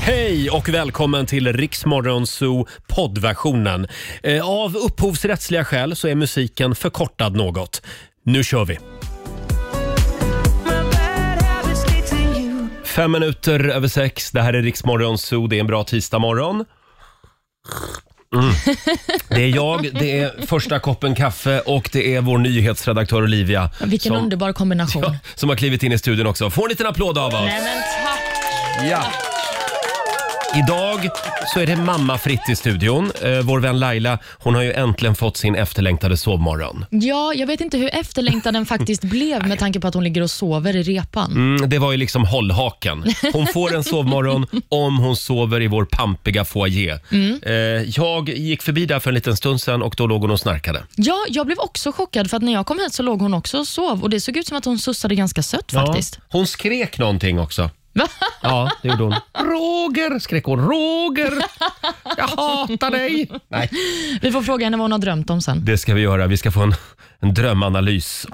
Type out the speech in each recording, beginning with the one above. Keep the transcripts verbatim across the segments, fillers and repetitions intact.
Hej och välkommen till Rix Morgon Zoo poddversionen. Eh, av upphovsrättsliga skäl så är musiken förkortad något. Nu kör vi! Fem minuter över sex. Det här är Rix Morgon Zoo. Det är en bra tisdagmorgon. Mm. Det är jag, det är första koppen kaffe och det är vår nyhetsredaktör Olivia. Vilken som, underbar kombination. ja, som har klivit in i studion också. Får en liten applåd av oss. Nej men tack! Ja. Idag så är det mammafritt i studion. Eh, vår vän Laila, hon har ju äntligen fått sin efterlängtade sovmorgon. Ja, jag vet inte hur efterlängtad den faktiskt blev med tanke på att hon ligger och sover i repan. Mm, det var ju liksom hållhaken. Hon får en sovmorgon om hon sover i vår pampiga foyer. Mm. Eh, jag gick förbi där för en liten stund sedan och då låg hon och snarkade. Ja, jag blev också chockad för att när jag kom hit så låg hon också och sov. Och det såg ut som att hon sussade ganska sött faktiskt. Ja, hon skrek någonting också. Va? Ja, det gjorde hon. Roger, skrek hon. Roger, jag hatar dig. Nej. Vi får fråga henne vad hon har drömt om sen. Det ska vi göra. Vi ska få en, en drömanalys.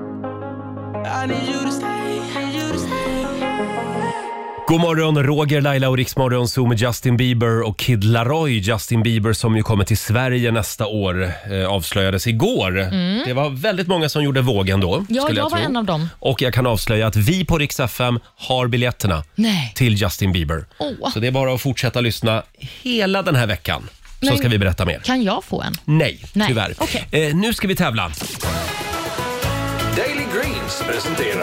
God morgon, Roger, Laila och Rix Morgon Zoo med Justin Bieber och Kid Laroi. Justin Bieber som ju kommer till Sverige nästa år eh, avslöjades igår. Mm. Det var väldigt många som gjorde vågen då. Ja, jag, jag var tro. en av dem. Och jag kan avslöja att vi på Rix F M har biljetterna Nej. till Justin Bieber. Oh. Så det är bara att fortsätta lyssna hela den här veckan. Så Men, ska vi berätta mer. Kan jag få en? Nej, Nej. tyvärr. Okay. Eh, nu ska vi tävla. Daily Greens presenterar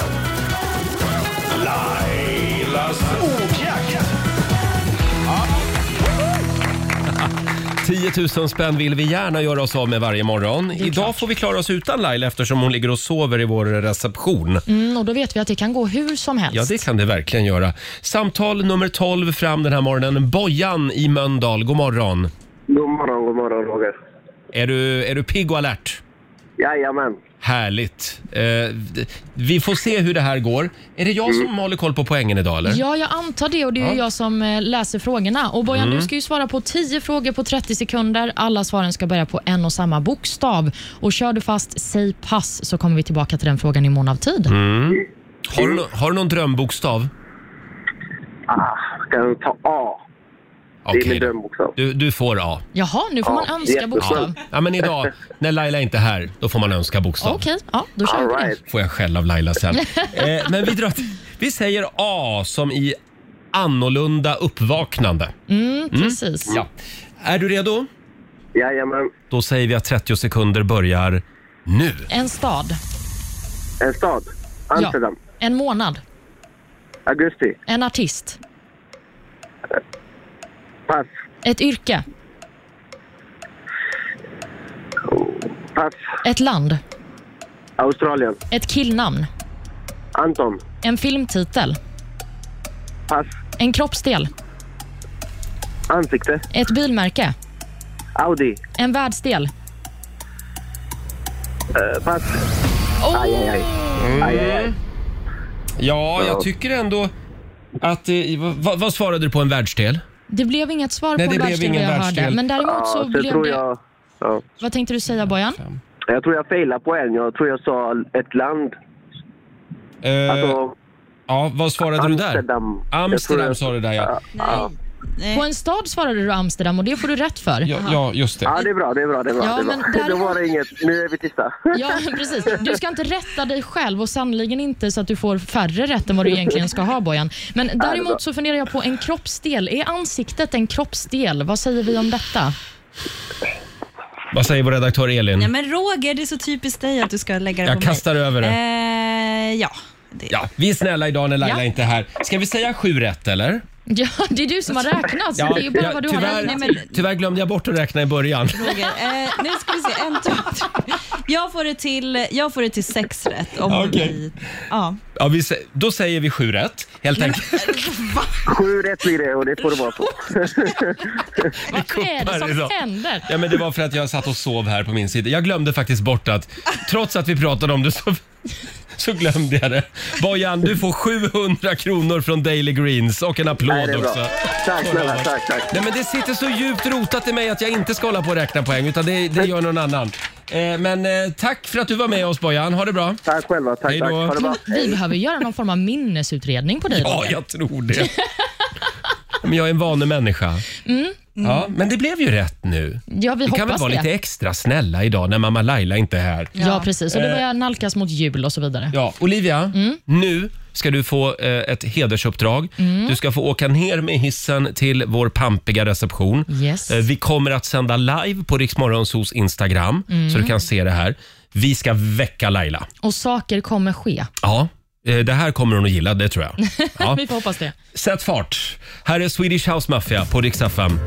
Lailas ordjakt. tio tusen spänn vill vi gärna göra oss av med varje morgon. Idag klart. får vi klara oss utan Laila eftersom hon ligger och sover i vår reception. Mm, och då vet vi att det kan gå hur som helst. Ja, det kan det verkligen göra. Samtal nummer tolv fram den här morgonen. Bojan i Mölndal, god morgon. God morgon, god morgon Roger. Är du, är du pigg och alert? Jajamän. Härligt. Eh, vi får se hur det här går. Är det jag som håller koll på poängen idag eller? Ja, jag antar det och det är Ja. ju jag som eh, läser frågorna. Och Bojan, Mm. du ska ju svara på tio frågor på trettio sekunder. Alla svaren ska börja på en och samma bokstav. Och kör du fast, säg pass så kommer vi tillbaka till den frågan i mån av tid. Mm. Har, du no- har du någon drömbokstav? Ah, kan du ta A? Det är Okej min då. drömbokstav. Du, du får A. Jaha, nu får Ja, man önska jättebra. bokstav. Ja, men idag när Laila inte är här, då får man önska bokstav. Okej, ja, då kör vi All på det. right. Får jag skäll av Laila sen. eh, men vi, drar, vi säger A som i annorlunda uppvaknande. Mm, precis. Ja. Är du redo? Jajamän. Då säger vi att trettio sekunder börjar nu. En stad. En stad. Amsterdam. Ja. En månad. Augusti. En artist. Pass. Ett yrke. Pass. Ett land. Australien. Ett killnamn. Anton. En filmtitel. Pass. En kroppsdel. Ansikte. Ett bilmärke. Audi. En världsdel. Uh, pass. Oh! Aj, aj, aj. Aj, aj, aj. Ja, jag tycker ändå att... Eh, vad, vad svarade du på en världsdel? Det blev inget svar Nej, på det en blev världsdel ingen vad jag världsdel. hörde. Men däremot Ja, så så blev tror det... jag... Ja. Vad tänkte du säga, Bojan? Jag tror jag failade på en. Jag tror jag sa ett land. Eh, Alltså, ja, vad svarade du där? Amsterdam. Jag tror Amsterdam jag- sa du där, ja. Ja. På en stad svarade du Amsterdam och det får du rätt för. Ja, ja just det. Ja, det är bra, det är bra, det är bra. Ja, det är men bra. där- Då var det inget. Nu är vi tysta. Ja, precis. Du ska inte rätta dig själv och sannoliken inte så att du får färre rätt än vad du egentligen ska ha, Bojan. Men däremot så funderar jag på en kroppsdel. Är ansiktet en kroppsdel? Vad säger vi om detta? Vad säger vår redaktör Elin? Nej, men Roger, det är så typiskt dig att du ska lägga det Jag på kastar mig. över det. Eh, ja. Det. Ja, vi är snälla idag när Laila Ja. inte är här. Ska vi säga sju rätt eller? Ja, det är du som har räknat. Så det är ju bara ja, vad du har tyvärr, räknat. Nej, men- tyvärr glömde jag bort att räkna i början. Roger, eh, nu ska vi se. En, två, tre. Jag får det till, jag får det till sex rätt. Om Okej. vi, ja. Ja, vi, sä- då säger vi sju rätt, helt enkelt. Sju rätt blir det och det får det vara så. Vad är det som idag. händer? Ja, men det var för att jag satt och sov här på min sida. Jag glömde faktiskt bort att, trots att vi pratade om det så, så glömde jag det. Bojan, du får sjuhundra kronor från Daily Greens och en applåd Nej, det är bra. också. Tack snälla, tack, tack. Nej, men det sitter så djupt rotat i mig att jag inte ska hålla på och räkna poäng, utan det, det gör någon annan. Eh, men eh, tack för att du var med oss, Bojan. Ha det bra. Tack själva, tack, Hej tack. då. Ha det bra. Vi behöver göra någon form av minnesutredning på dig, Ja, Roger. jag tror det. Men jag är en vanemänniska. Mm. Ja, men det blev ju rätt nu. Ja, vi vi kan väl hoppas vara det. lite extra snälla idag när mamma Laila inte är här. Ja, ja precis. Och det börjar nalkas mot jul och så vidare. Ja, Olivia, mm. nu ska du få eh, ett hedersuppdrag. Mm. Du ska få åka ner med hissen till vår pampiga reception. Yes. Eh, vi kommer att sända live på Rix Morgonzos Instagram, Mm. så du kan se det här. Vi ska väcka Laila. Och saker kommer ske. Ja, eh, det här kommer hon att gilla, det tror jag. Ja. Vi får hoppas det. Sätt fart. Här är Swedish House Mafia på Rix F M.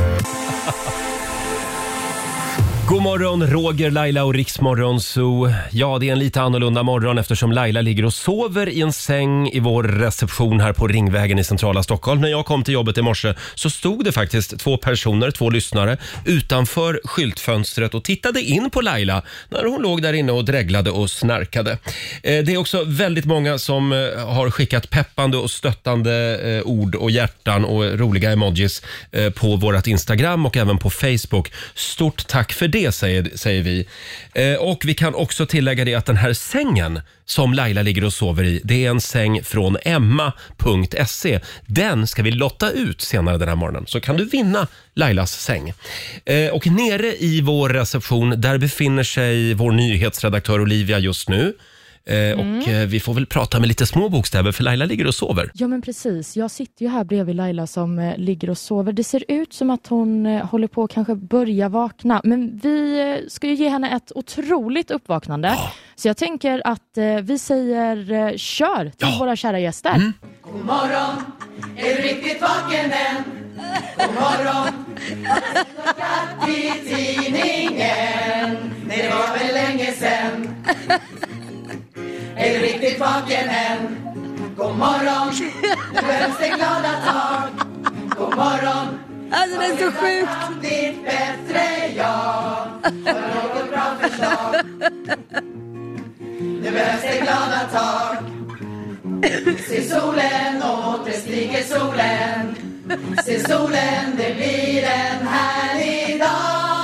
God morgon, Roger, Laila och Rix Morgonzoo. Ja, det är en lite annorlunda morgon eftersom Laila ligger och sover i en säng i vår reception här på Ringvägen i centrala Stockholm. När jag kom till jobbet i morse så stod det faktiskt två personer, två lyssnare, utanför skyltfönstret och tittade in på Laila när hon låg där inne och dreglade och snarkade. Eh, det är också väldigt många som eh, har skickat peppande och stöttande eh, ord och hjärtan och roliga emojis eh, på vårat Instagram och även på Facebook. Stort tack för det. Det säger, säger vi. Eh, och vi kan också tillägga det att den här sängen som Laila ligger och sover i, det är en säng från emma punkt se. Den ska vi lotta ut senare den här morgonen. Så kan du vinna Lailas säng. Eh, och nere i vår reception, där befinner sig vår nyhetsredaktör Olivia just nu. Eh, Mm. Och eh, vi får väl prata med lite små bokstäver för Laila ligger och sover. Ja men precis, jag sitter ju här bredvid Laila som eh, ligger och sover. Det ser ut som att hon eh, håller på att kanske börja vakna. Men vi eh, ska ju ge henne ett otroligt uppvaknande. Ja. Så jag tänker att eh, vi säger eh, kör till Ja. våra kära gäster. Mm. God morgon, är du riktigt vaken än? God morgon, plockat i tidningen. Nej, det var väl länge sen. Är du riktigt vaken än? God morgon, nu behövs det glada tag. God morgon, Alltså det är så sjukt. alltid bättre jag. För något bra förslag. Nu behövs det glada tag. Se solen, åter stiger solen. Se solen, det blir en härlig dag.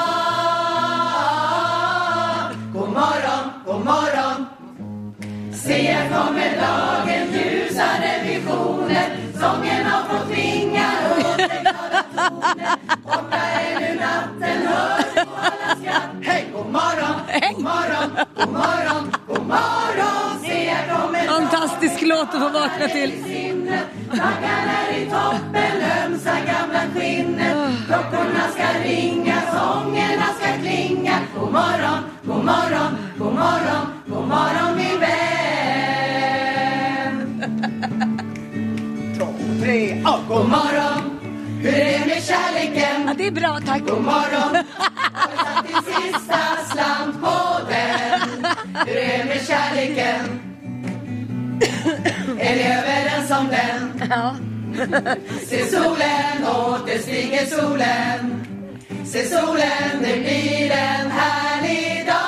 God morgon, god morgon. Se, här kommer dagen, ljusare visioner. Sången har fått vingar och det glada toner. Borta är nu natten, hör på alla skratt. Hej, god morgon, god morgon, god morgon, god morgon. Se, här kommer Fantastisk låt att få vakna till. Taggarna är i toppen, ömsa gamla skinnet. Klockorna ska ringa, sångerna ska klinga. God morgon, god morgon, god morgon, god morgon min vän. Två, tre, och god morgon. Hur är det med kärleken? Ja, det är bra, tack. God morgon. Har du satt din sista slant på den? Hur är det med kärleken? Är ni överens om den? Ja. Se solen, åter stiger solen. Se solen, det blir en härlig dag.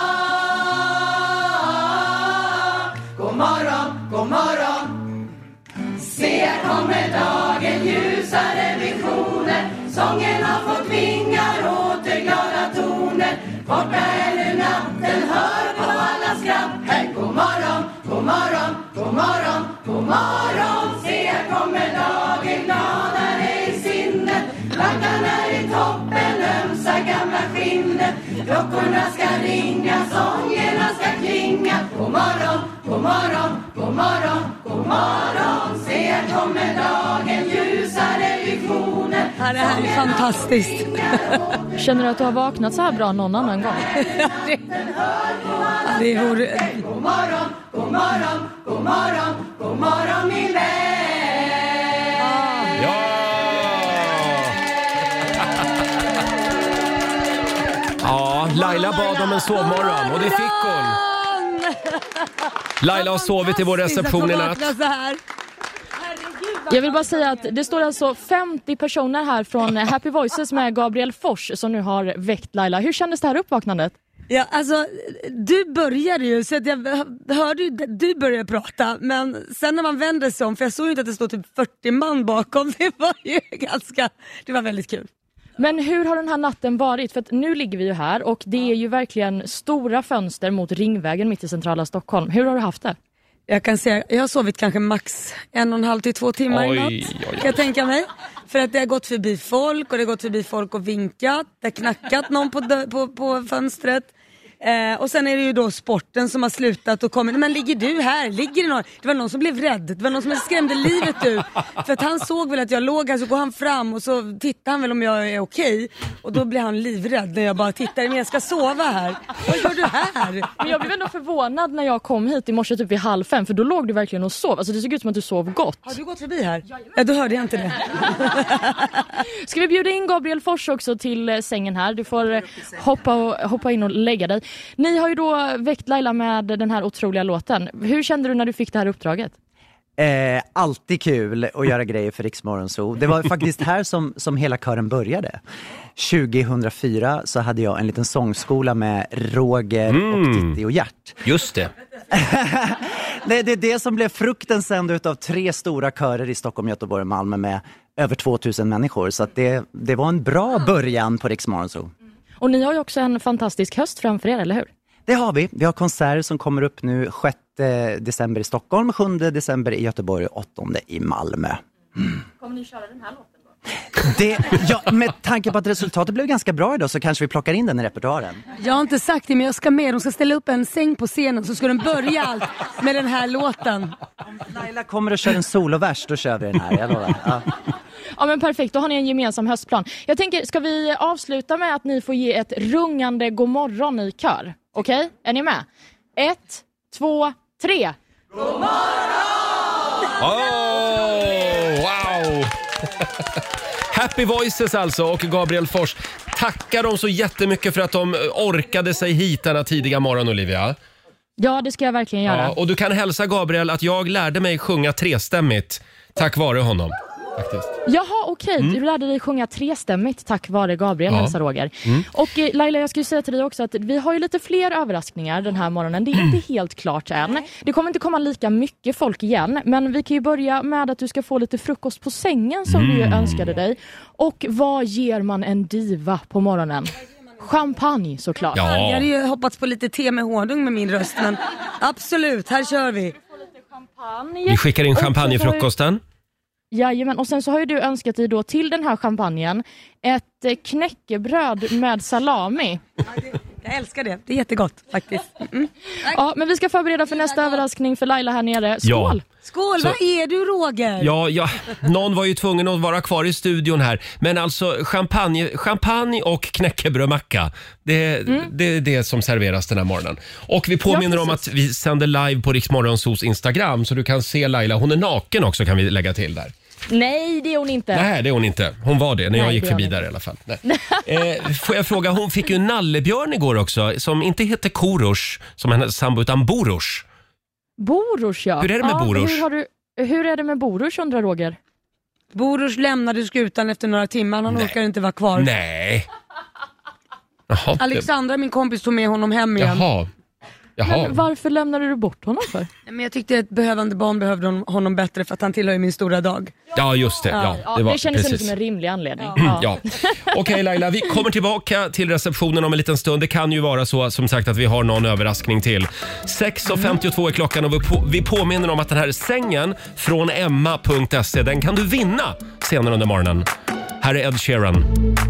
God morgon, god morgon. Se, här kommer dagen, ljusare visioner. Sången har fått vingar, åter glada toner. Borta är nu natten, hör på alla skratt. Hej, god morgon, god morgon, god morgon, god morgon. Se, här kommer dagen, gladare i sinnet. Flaggan är i toppen, ömsa gamla skinnet. Klockorna ska ringa, sångerna ska klinga. God morgon, god morgon, god morgon, god morgon. Se, här kommer dagen, ljusare visioner. Ja, det här är fantastiskt. Känner du att du har vaknat så här bra någon annan gång? det, det är hor... God morgon, god morgon, god morgon, god morgon min vän. Ja! Ja, Laila bad om en sovmorgon och det fick hon. Laila har sovit i vår reception i natt. Jag vill bara säga att det står alltså femtio personer här från Happy Voices med Gabriel Fors som nu har väckt Laila. Hur kändes det här uppvaknandet? Ja, alltså, du började ju, så att jag hörde ju, du började prata, men sen när man vänder sig om, för jag såg ju inte att det stod typ fyrtio man bakom, det var ju ganska, det var väldigt kul. Men hur har den här natten varit? För att nu ligger vi ju här och det är ju verkligen stora fönster mot Ringvägen mitt i centrala Stockholm. Hur har du haft det? Jag kan säga, jag har sovit kanske max en och en halv till två timmar Oj, i natt. oj, oj. Kan jag tänka mig. För att det har gått förbi folk och det har gått förbi folk och vinkat. Det har knackat någon på, dö- på, på fönstret. Eh, och sen är det ju då sporten som har slutat och kommit. Men ligger du här? Ligger det någon? Det var någon som blev rädd. Det var någon som skrämde livet ur. För att han såg väl att jag låg här, så går han fram och så tittar han väl om jag är okej. Och då blir han livrädd när jag bara tittar. Men jag ska sova här. Vad gör du här? Men jag blev ändå förvånad när jag kom hit i morse typ vid halv fem. För då låg du verkligen och sov. Alltså det såg ut som att du sov gott. Har du gått förbi här? Ja, då hörde jag inte det. Ska vi bjuda in Gabriel Fors också till eh, sängen här? Du får eh, hoppa, och, hoppa in och lägga dig. Ni har ju då väckt Laila med den här otroliga låten. Hur kände du när du fick det här uppdraget? Eh, alltid kul att göra grejer för Rix Morgon Zoo. Det var faktiskt här som, som hela kören började. tjugohundrafyra så hade jag en liten sångskola med Roger Mm. och Titti och Gert. Just det. Det, det är det som blev frukten sen utav tre stora körer i Stockholm, Göteborg och Malmö med över tvåtusen människor. Så att det, det var en bra början på Rix Morgon Zoo. Och ni har ju också en fantastisk höst framför er, eller hur? Det har vi. Vi har konserter som kommer upp nu sjätte december i Stockholm, sjunde december i Göteborg och åttonde i Malmö. Mm. Kommer ni köra den här låten då? Det, ja, med tanke på att resultatet blev ganska bra idag så kanske vi plockar in den i repertoaren. Jag har inte sagt det, men jag ska med. De ska ställa upp en säng på scenen, så ska de börja allt med den här låten. Om Laila kommer och kör en solovers, då kör vi den här. Jag lovar. Ja. Ja, men perfekt, då har ni en gemensam höstplan. Jag tänker, ska vi avsluta med att ni får ge ett rungande god morgon i kör? Okej, okay? Är ni med? Ett, två, tre. Oh, wow! Happy Voices alltså, och Gabriel Fors. Tackar dem så jättemycket för att de orkade sig hit denna tidiga morgon, Olivia. Ja, det ska jag verkligen göra. Ja, och du kan hälsa Gabriel att jag lärde mig sjunga trestämmigt tack vare honom. Faktiskt. Jaha, okej. Okay. Du lärde dig sjunga trestämmigt tack vare Gabriel, ja. hälsa Roger. Mm. Och eh, Laila, jag skulle säga till dig också att vi har ju lite fler överraskningar den här morgonen. Det är inte helt klart än. Det kommer inte komma lika mycket folk igen. Men vi kan ju börja med att du ska få lite frukost på sängen som mm. du ju önskade dig. Och vad ger man en diva på morgonen? Champagne, såklart. Ja. Jag hade ju hoppats på lite te med honung med min röst, men absolut, här kör vi. Vi skickar in champagnefrukosten. Jajamän, och sen så har ju du önskat dig då till den här champagnen ett eh, knäckebröd med salami. Jag älskar det, det är jättegott faktiskt. Mm. Ja, men vi ska förbereda för nästa överraskning för Laila här nere. Skål! Ja. Skål, Så, vad är du, Roger? Ja, ja, någon var ju tvungen att vara kvar i studion här. Men alltså champagne, champagne och knäckebrödmacka, det, mm. det är det som serveras den här morgonen. Och vi påminner ja, om att vi sänder live på Rix Morgonzoos Instagram, så du kan se Laila. Hon är naken också, kan vi lägga till där. Nej, det är hon inte. Nej, det är hon inte. Hon var det när Nej, jag gick förbi inte. där i alla fall. eh, får jag fråga, hon fick ju en nallebjörn igår också, som inte heter Korosh, som hennes sambo, utan Borosh. Borosh, ja. Hur är det med ja, Borosh? Hur, har du, hur är det med Borosh, undrar Roger? Borosh lämnade skutan efter några timmar. Han Nej. orkar inte vara kvar. Nej. Jaha, Alexandra, min kompis, tog med honom hem igen. Jaha. Jaha. Men varför lämnade du bort honom för? Men jag tyckte att behövande barn behövde honom bättre, för att han tillhör ju min stora dag. Ja, just det. Ja, ja, det, var, det kändes precis. som en rimlig anledning. Ja. Ja. Okej, okay, Laila, vi kommer tillbaka till receptionen om en liten stund. Det kan ju vara så, som sagt, att vi har någon överraskning till. sex och femtiotvå är klockan, och vi, på, vi påminner om att den här sängen från emma punkt se, den kan du vinna senare under morgonen. Här är Ed Sheeran.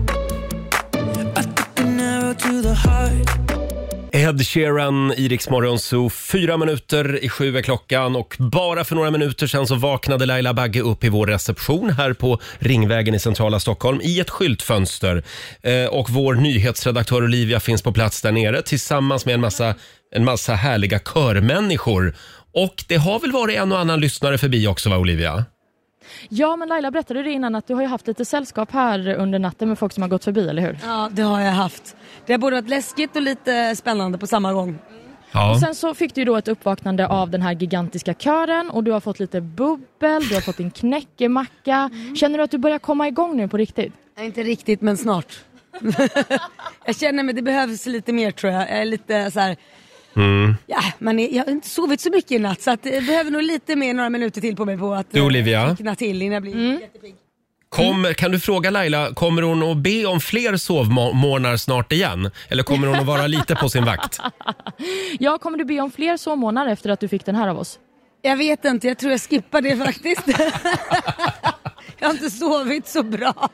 Ed Sheeran i Rix Morgon Zoo. Fyra minuter i sju är klockan, och bara för några minuter sedan så vaknade Laila Bagge upp i vår reception här på Ringvägen i centrala Stockholm i ett skyltfönster. Eh, och vår nyhetsredaktör Olivia finns på plats där nere tillsammans med en massa, en massa härliga körmänniskor. Och det har väl varit en och annan lyssnare förbi också, va, Olivia? Ja, men Laila, berättade du innan att du har ju haft lite sällskap här under natten med folk som har gått förbi, eller hur? Ja, det har jag haft. Det har både varit läskigt och lite spännande på samma gång. Ja. Och sen så fick du ju då ett uppvaknande av den här gigantiska kören, och du har fått lite bubbel, du har fått en knäckemacka. Mm. Känner du att du börjar komma igång nu på riktigt? Nej, inte riktigt, men snart. Jag känner mig, det behövs lite mer, tror jag. Jag är lite så här... Mm. Ja, men jag har inte sovit så mycket i natt, så att jag behöver nog lite mer, några minuter till på mig på att du, Olivia, kna till innan jag blir mm. jättepigg. Kommer, kan du fråga Laila, kommer hon att be om fler sovmånar snart igen? Eller kommer hon att vara lite på sin vakt? Ja, kommer du be om fler sovmånar efter att du fick den här av oss? Jag vet inte, jag tror jag skippar det faktiskt. Jag har inte sovit så bra.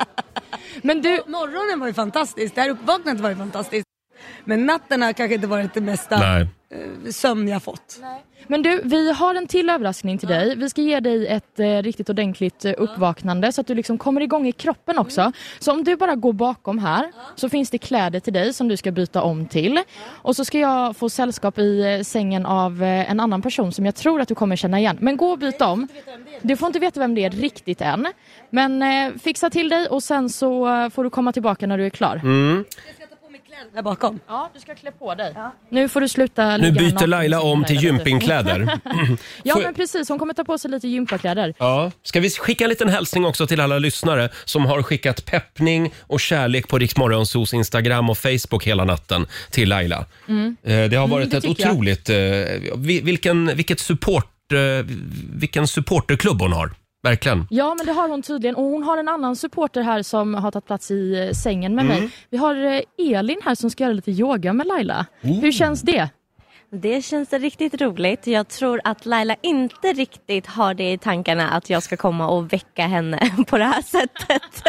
Men du, morgonen var ju fantastisk. Det här uppvaknandet var ju fantastiskt. Men natten har kanske inte varit det mesta Nej. sömn jag fått. Nej. Men du, vi har en till överraskning till dig. Vi ska ge dig ett eh, riktigt ordentligt eh, uppvaknande så att du liksom kommer igång i kroppen också. Mm. Så om du bara går bakom här så finns det kläder till dig som du ska byta om till. Och så ska jag få sällskap i eh, sängen av eh, en annan person som jag tror att du kommer känna igen. Men gå och byta om. Du får inte veta vem det är riktigt än. Men eh, fixa till dig och sen så eh, får du komma tillbaka när du är klar. Mm. Där bakom. Ja, du ska klä på dig. Ja. Nu får du sluta. Nu byter Laila om till gympingkläder. Ja, men precis. Hon kommer ta på sig lite gympakläder. Ja. Ska vi skicka en liten hälsning också till alla lyssnare som har skickat peppning och kärlek på Rix Morgonzos Instagram och Facebook hela natten till Laila. Mm. Det har varit mm, ett otroligt... Jag. Vilken, vilket support, vilken supporterklubb hon har. Verkligen. Ja, men det har hon tydligen. Och hon har en annan supporter här som har tagit plats i sängen med mm. mig. Vi har Elin här som ska göra lite yoga med Laila. Oh. Hur känns det? Det känns riktigt roligt. Jag tror att Laila inte riktigt har det i tankarna att jag ska komma och väcka henne på det här sättet.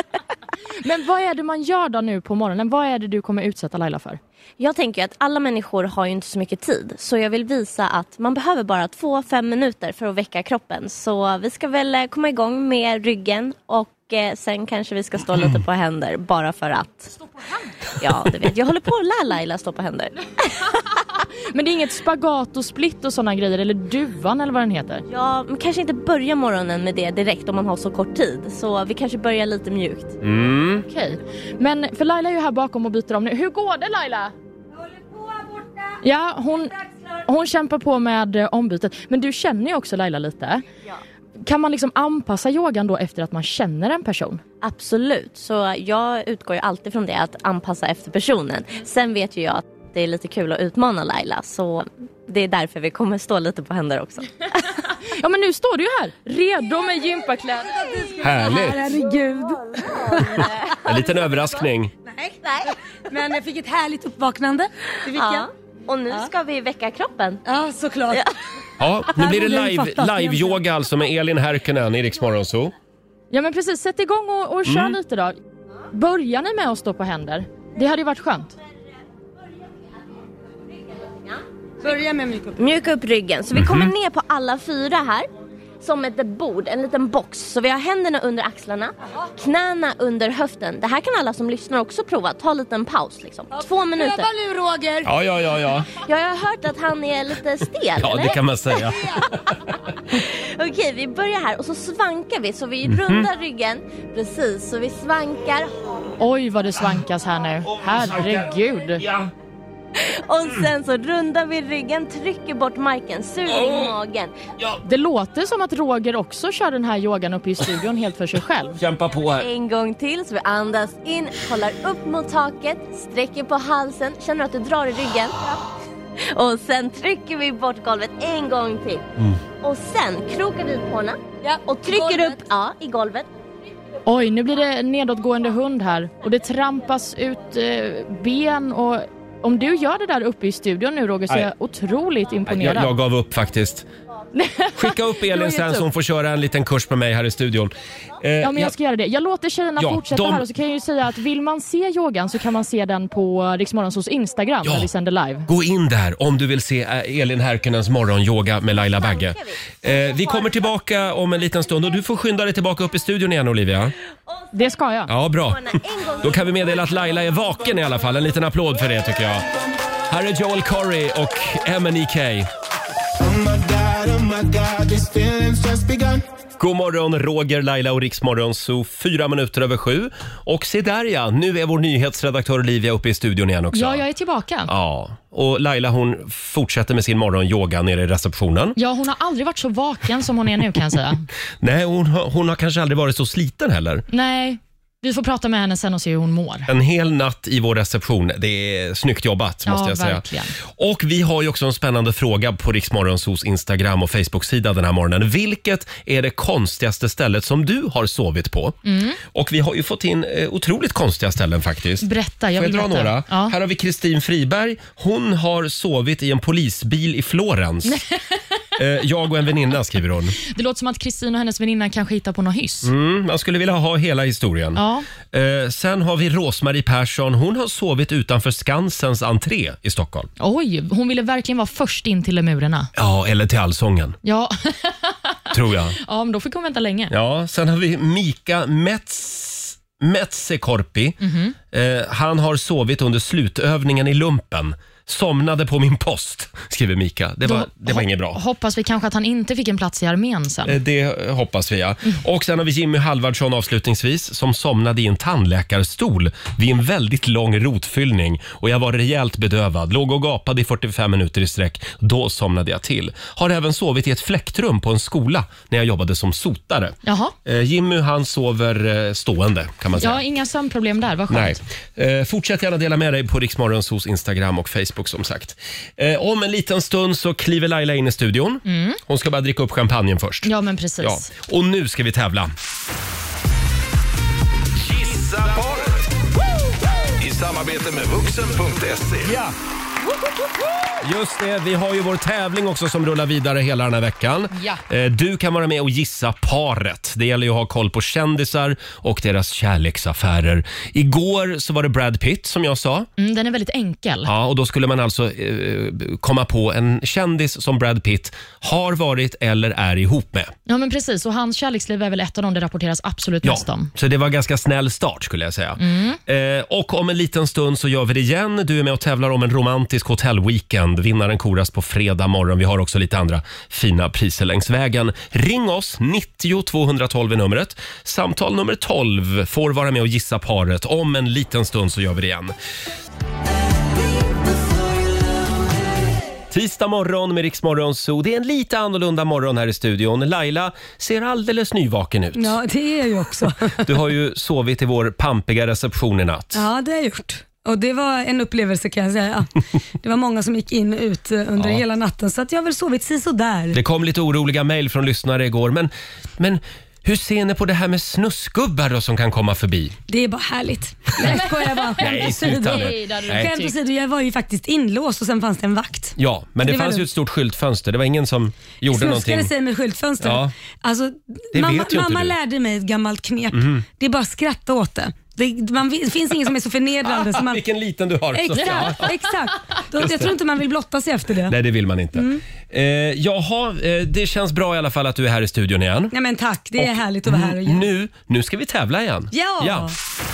Men vad är det man gör då nu på morgonen? Vad är det du kommer utsätta Laila för? Jag tänker att alla människor har ju inte så mycket tid. Så jag vill visa att man behöver bara två, fem minuter för att väcka kroppen. Så vi ska väl komma igång med ryggen och eh, sen kanske vi ska stå lite på händer bara för att... Stå på händer? Ja, det vet jag. håller på att lära Laila stå på händer. Men det är inget spagat och split och sådana grejer, eller duvan eller vad den heter? Ja, men kanske inte börja morgonen med det direkt om man har så kort tid. Så vi kanske börjar lite mjukt. Mm. Okej, okay. Men för Laila är ju här bakom och byter om nu. Hur går det, Laila? Jag håller på här borta. Ja, hon, hon kämpar på med ombytet. Men du känner ju också Laila lite. Ja. Kan man liksom anpassa yogan då efter att man känner en person? Absolut, så jag utgår ju alltid från det att anpassa efter personen. Sen vet ju jag att det är lite kul att utmana Laila, så det är därför vi kommer stå lite på händer också. Ja, men nu står du ju här, redo med gympakläder. Härligt. Herregud. En liten överraskning. Nej, nej. Men jag fick ett härligt uppvaknande. Det fick ja. jag. Och nu ja. ska vi väcka kroppen. Ja, såklart. Ja. Ja, nu blir det live, live-yoga alltså med Elin Härkönen i Rix Morgonzoo. Ja, men precis. Sätt igång och, och kör mm. lite då. Börjar ni med att stå på händer? Det hade ju varit skönt. Börja med mjuka upp. Mjuka upp ryggen. Så vi kommer ner på alla fyra här. Som ett bord, en liten box. Så vi har händerna under axlarna, knäna under höften. Det här kan alla som lyssnar också prova. Ta en liten paus liksom. Två minuter. Pröva nu, Roger. Ja, ja, ja, ja. Jag har hört att han är lite stel, ja, eller? Det kan man säga. Okej, vi börjar här och så svankar vi. Så vi rundar ryggen. Precis, så vi svankar. Oj, vad det svankas här nu. Herregud. Ja. Och sen så rundar vi ryggen, trycker bort marken, suger i magen. Ja. Det låter som att Roger också kör den här yogan uppe i studion helt för sig själv. Kämpa på här. En gång till, så vi andas in, kollar upp mot taket, sträcker på halsen, känner att du drar i ryggen. Och sen trycker vi bort golvet en gång till. Mm. Och sen krokar vi på henne ja, och trycker upp ja, i golvet. Oj, nu blir det nedåtgående hund här. Och det trampas ut eh, ben och... Om du gör det där uppe i studion nu, Roger, så är jag otroligt imponerad. Jag, jag gav upp faktiskt. Skicka upp Elin sen så hon får köra en liten kurs med mig här i studion. Eh, ja, men jag ska göra det. Jag låter tjejerna ja, fortsätta de... här och så kan jag ju säga att vill man se yogan så kan man se den på Rix Morgonzoos Instagram ja, när vi sänder live. Gå in där om du vill se Elin Härkönens morgonyoga med Laila Bagge. Eh, vi kommer tillbaka om en liten stund och du får skynda dig tillbaka upp i studion igen, Olivia. Det ska jag. Ja, bra. Då kan vi meddela att Laila är vaken i alla fall. En liten applåd för det tycker jag. Här är Joel Corey och M N E K. God morgon, Roger, Laila och Rix Morgonzoo, fyra minuter över sju. Och se där ja, nu är vår nyhetsredaktör Olivia uppe i studion igen också. Ja, jag är tillbaka. Ja, och Laila hon fortsätter med sin morgonyoga nere i receptionen. Ja, hon har aldrig varit så vaken som hon är nu kan jag säga. Nej, hon har, hon har kanske aldrig varit så sliten heller. Nej. Vi får prata med henne sen och se hur hon mår. En hel natt i vår reception. Det är snyggt jobbat måste ja, jag säga. Verkligen. Och vi har ju också en spännande fråga på Rix Morgonzoos Instagram och Facebook-sida den här morgonen. Vilket är det konstigaste stället som du har sovit på? Mm. Och vi har ju fått in eh, otroligt konstiga ställen faktiskt. Berätta, jag vill Får jag dra berätta. några? Ja. Här har vi Kristin Friberg. Hon har sovit i en polisbil i Florens. Eh, jag och en väninna, skriver hon. Det låter som att Kristin och hennes väninna kanske hittar på något hyss. Mm, man skulle vilja ha hela historien. Ja. Eh, sen har vi Rosmarie Persson. Hon har sovit utanför Skansens entré i Stockholm. Oj, hon ville verkligen vara först in till lemurerna. Ja, eller till Allsången. Ja. Tror jag. Ja, men då fick hon vänta länge. Ja, sen har vi Mika Metz. Metsekorpi. Mm-hmm. Eh, han har sovit under slutövningen i lumpen. Somnade på min post, skriver Mika. Det var, det var inget bra. Hoppas vi kanske att han inte fick en plats i armén sen. Eh, Det hoppas vi, ja. Och sen har vi Jimmy Halvardsson avslutningsvis som somnade i en tandläkarstol vid en väldigt lång rotfyllning. Och jag var rejält bedövad. Låg och gapade i fyrtiofem minuter i sträck. Då somnade jag till. Har även sovit i ett fläktrum på en skola när jag jobbade som sotare. Jaha. Eh, Jimmy, han sover eh, stående, kan man säga. Ja, inga sömnproblem där. Vad Nej. skönt. Eh, fortsätt gärna dela med dig på Riksmorgonsos Instagram och Facebook som sagt. Eh, om en liten stund så kliver Laila in i studion. Mm. Hon ska bara dricka upp champagnen först. Ja, men precis. Ja. Och nu ska vi tävla. Gissa paret. I samarbete med vuxen punkt se. Ja. Just det, vi har ju vår tävling också som rullar vidare hela den här veckan. Ja. Eh, Du kan vara med och gissa paret. Det gäller ju att ha koll på kändisar och deras kärleksaffärer. Igår så var det Brad Pitt som jag sa. Mm, den är väldigt enkel. Ja, och då skulle man alltså eh, komma på en kändis som Brad Pitt har varit eller är ihop med. Ja, men precis. Och hans kärleksliv är väl ett av dem det rapporteras absolut mest om. Så det var ganska snäll start skulle jag säga. Mm. Eh, och om en liten stund så gör vi det igen. Du är med och tävlar om en romantisk hotellweekend. Vinnaren koras på fredag morgon. Vi har också lite andra fina priser längs vägen. Ring oss, nittio tvåhundratolv är numret. Samtal nummer tolv får vara med och gissa paret. Om en liten stund så gör vi det igen. Tisdag morgon med Riksmorgon Zoo. Det är en lite annorlunda morgon här i studion. Laila ser alldeles nyvaken ut. Ja, det är jag ju också. Du har ju sovit i vår pampiga reception i natt. Ja, det har jag gjort. Och det var en upplevelse kan jag säga. Det var många som gick in och ut under Ja. hela natten, så att jag har väl sovit si så där. Det kom lite oroliga mejl från lyssnare igår, men, men hur ser ni på det här med snuskgubbar då som kan komma förbi? Det är bara härligt. Jag skojar bara. Nej, Skämt sluta åsido. nu. Nej, det hade du Nej. inte Skämt tyckt. åsido, jag var ju faktiskt inlåst och sen fanns det en vakt. Ja, men det, Det var fanns ju lugnt. ett stort skyltfönster. Det var ingen som gjorde Snuskade någonting. sig med skyltfönster. Ja. Alltså, Det mamma vet ju inte mamma du. lärde mig ett gammalt knep. Det är bara att skratta åt det. Det, man, det finns ingen som är så förnedrande som man... Vilken liten du har. Så, ja. Exakt, exakt. Då, jag tror inte man vill blotta sig efter det. Nej, det vill man inte. Mm. Eh, jaha, eh, det känns bra i alla fall att du är här i studion igen. Nej men tack, det är härligt att vara här igen. Nu, nu ska vi tävla igen. Ja! ja.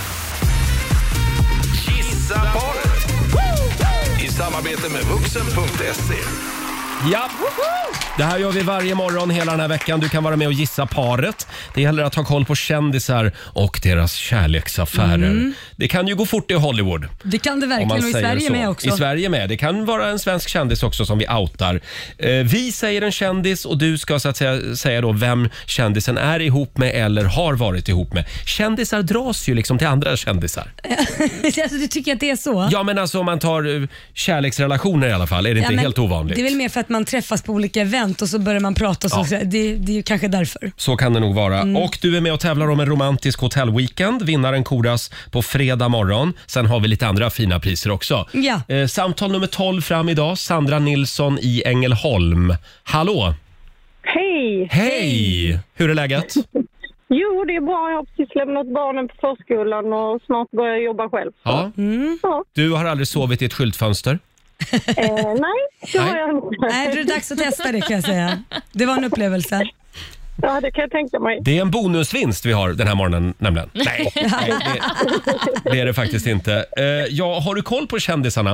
Gissa paret. I samarbete med vuxen punkt se. Ja, det här gör vi varje morgon hela den här veckan. Du kan vara med och gissa paret. Det gäller att ha koll på kändisar och deras kärleksaffärer. Mm. Det kan ju gå fort i Hollywood. Det kan det Om verkligen, man och i säger Sverige så. med också. I Sverige med. Det kan vara en svensk kändis också som vi outar. Eh, vi säger en kändis och du ska så att säga, säga då vem kändisen är ihop med eller har varit ihop med. Kändisar dras ju liksom till andra kändisar. Alltså, du tycker att det är så? Ja, men alltså om man tar eh, kärleksrelationer i alla fall är det Ja, inte men helt ovanligt. Det är väl mer för att man träffas på olika event och så börjar man prata och så. Ja. så det, det är ju kanske därför. Så kan det nog vara. Mm. Och du är med och tävlar om en romantisk hotellweekend. Vinnaren koras på fredag morgon. Sen har vi lite andra fina priser också. Ja. Eh, samtal nummer tolv fram idag. Sandra Nilsson i Ängelholm. Hallå! Hej! Hej! Hur är läget? Jo, det är bra. Jag har precis lämnat barnen på förskolan och snart börjar jag jobba själv. Ja. Ja. Du har aldrig sovit i ett skyltfönster? Eh, nej, det har Nej. jag inte. Nej, det är dags att testa det kan jag säga. Det var en upplevelse. Ja, det kan jag tänka mig. Det är en bonusvinst vi har den här morgonen nämligen. Nej, nej det, det är det faktiskt inte. Eh, ja, har du koll på kändisarna?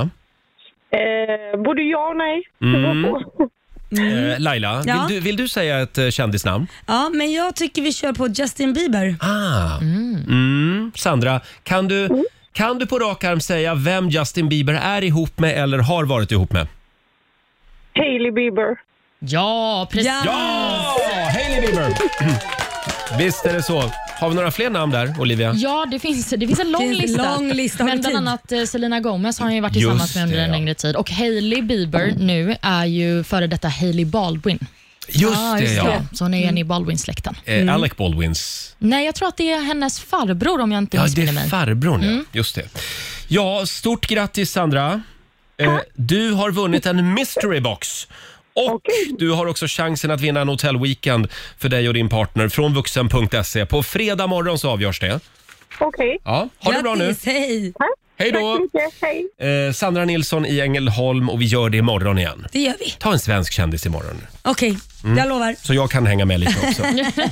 Eh, både ja och nej. Det Mm. beror på. Eh, Laila, Ja. vill, du, vill du säga ett eh, kändisnamn? Ja, men jag tycker vi kör på Justin Bieber. Ah. Mm. Sandra, kan du, kan du på rak arm säga vem Justin Bieber är ihop med eller har varit ihop med? Hailey Bieber. Ja, precis. Ja. Ja! Hailey Bieber! Visst är det så. Har vi några fler namn där, Olivia? Ja, det finns, det finns en lång Finns en lista. lång lista. Har Men du bland tid? annat eh, Selena Gomez har han ju varit Just tillsammans med under det, en ja. längre tid. Och Hailey Bieber nu är ju före detta Hailey Baldwin. Just Ah, det, just ja. det. Så hon är ju en i Baldwin-släkten. Eh, Alec Baldwins. Nej, jag tror att det är hennes farbror om jag inte Ja, det missminner är mig. farbrorn, ja. Just det. Ja, stort grattis Sandra. Eh, du har vunnit en mystery box. Och Okej. du har också chansen att vinna en hotellweekend för dig och din partner från vuxen punkt se. På fredag morgon så avgörs det. Okej. Ja, ha det bra nu. Grattis, hej. Hej Tack då! så mycket. Hej. Eh, Sandra Nilsson i Ängelholm och vi gör det imorgon igen. Det gör vi. Ta en svensk kändis imorgon. Okej, jag lovar. Så jag kan hänga med lite också.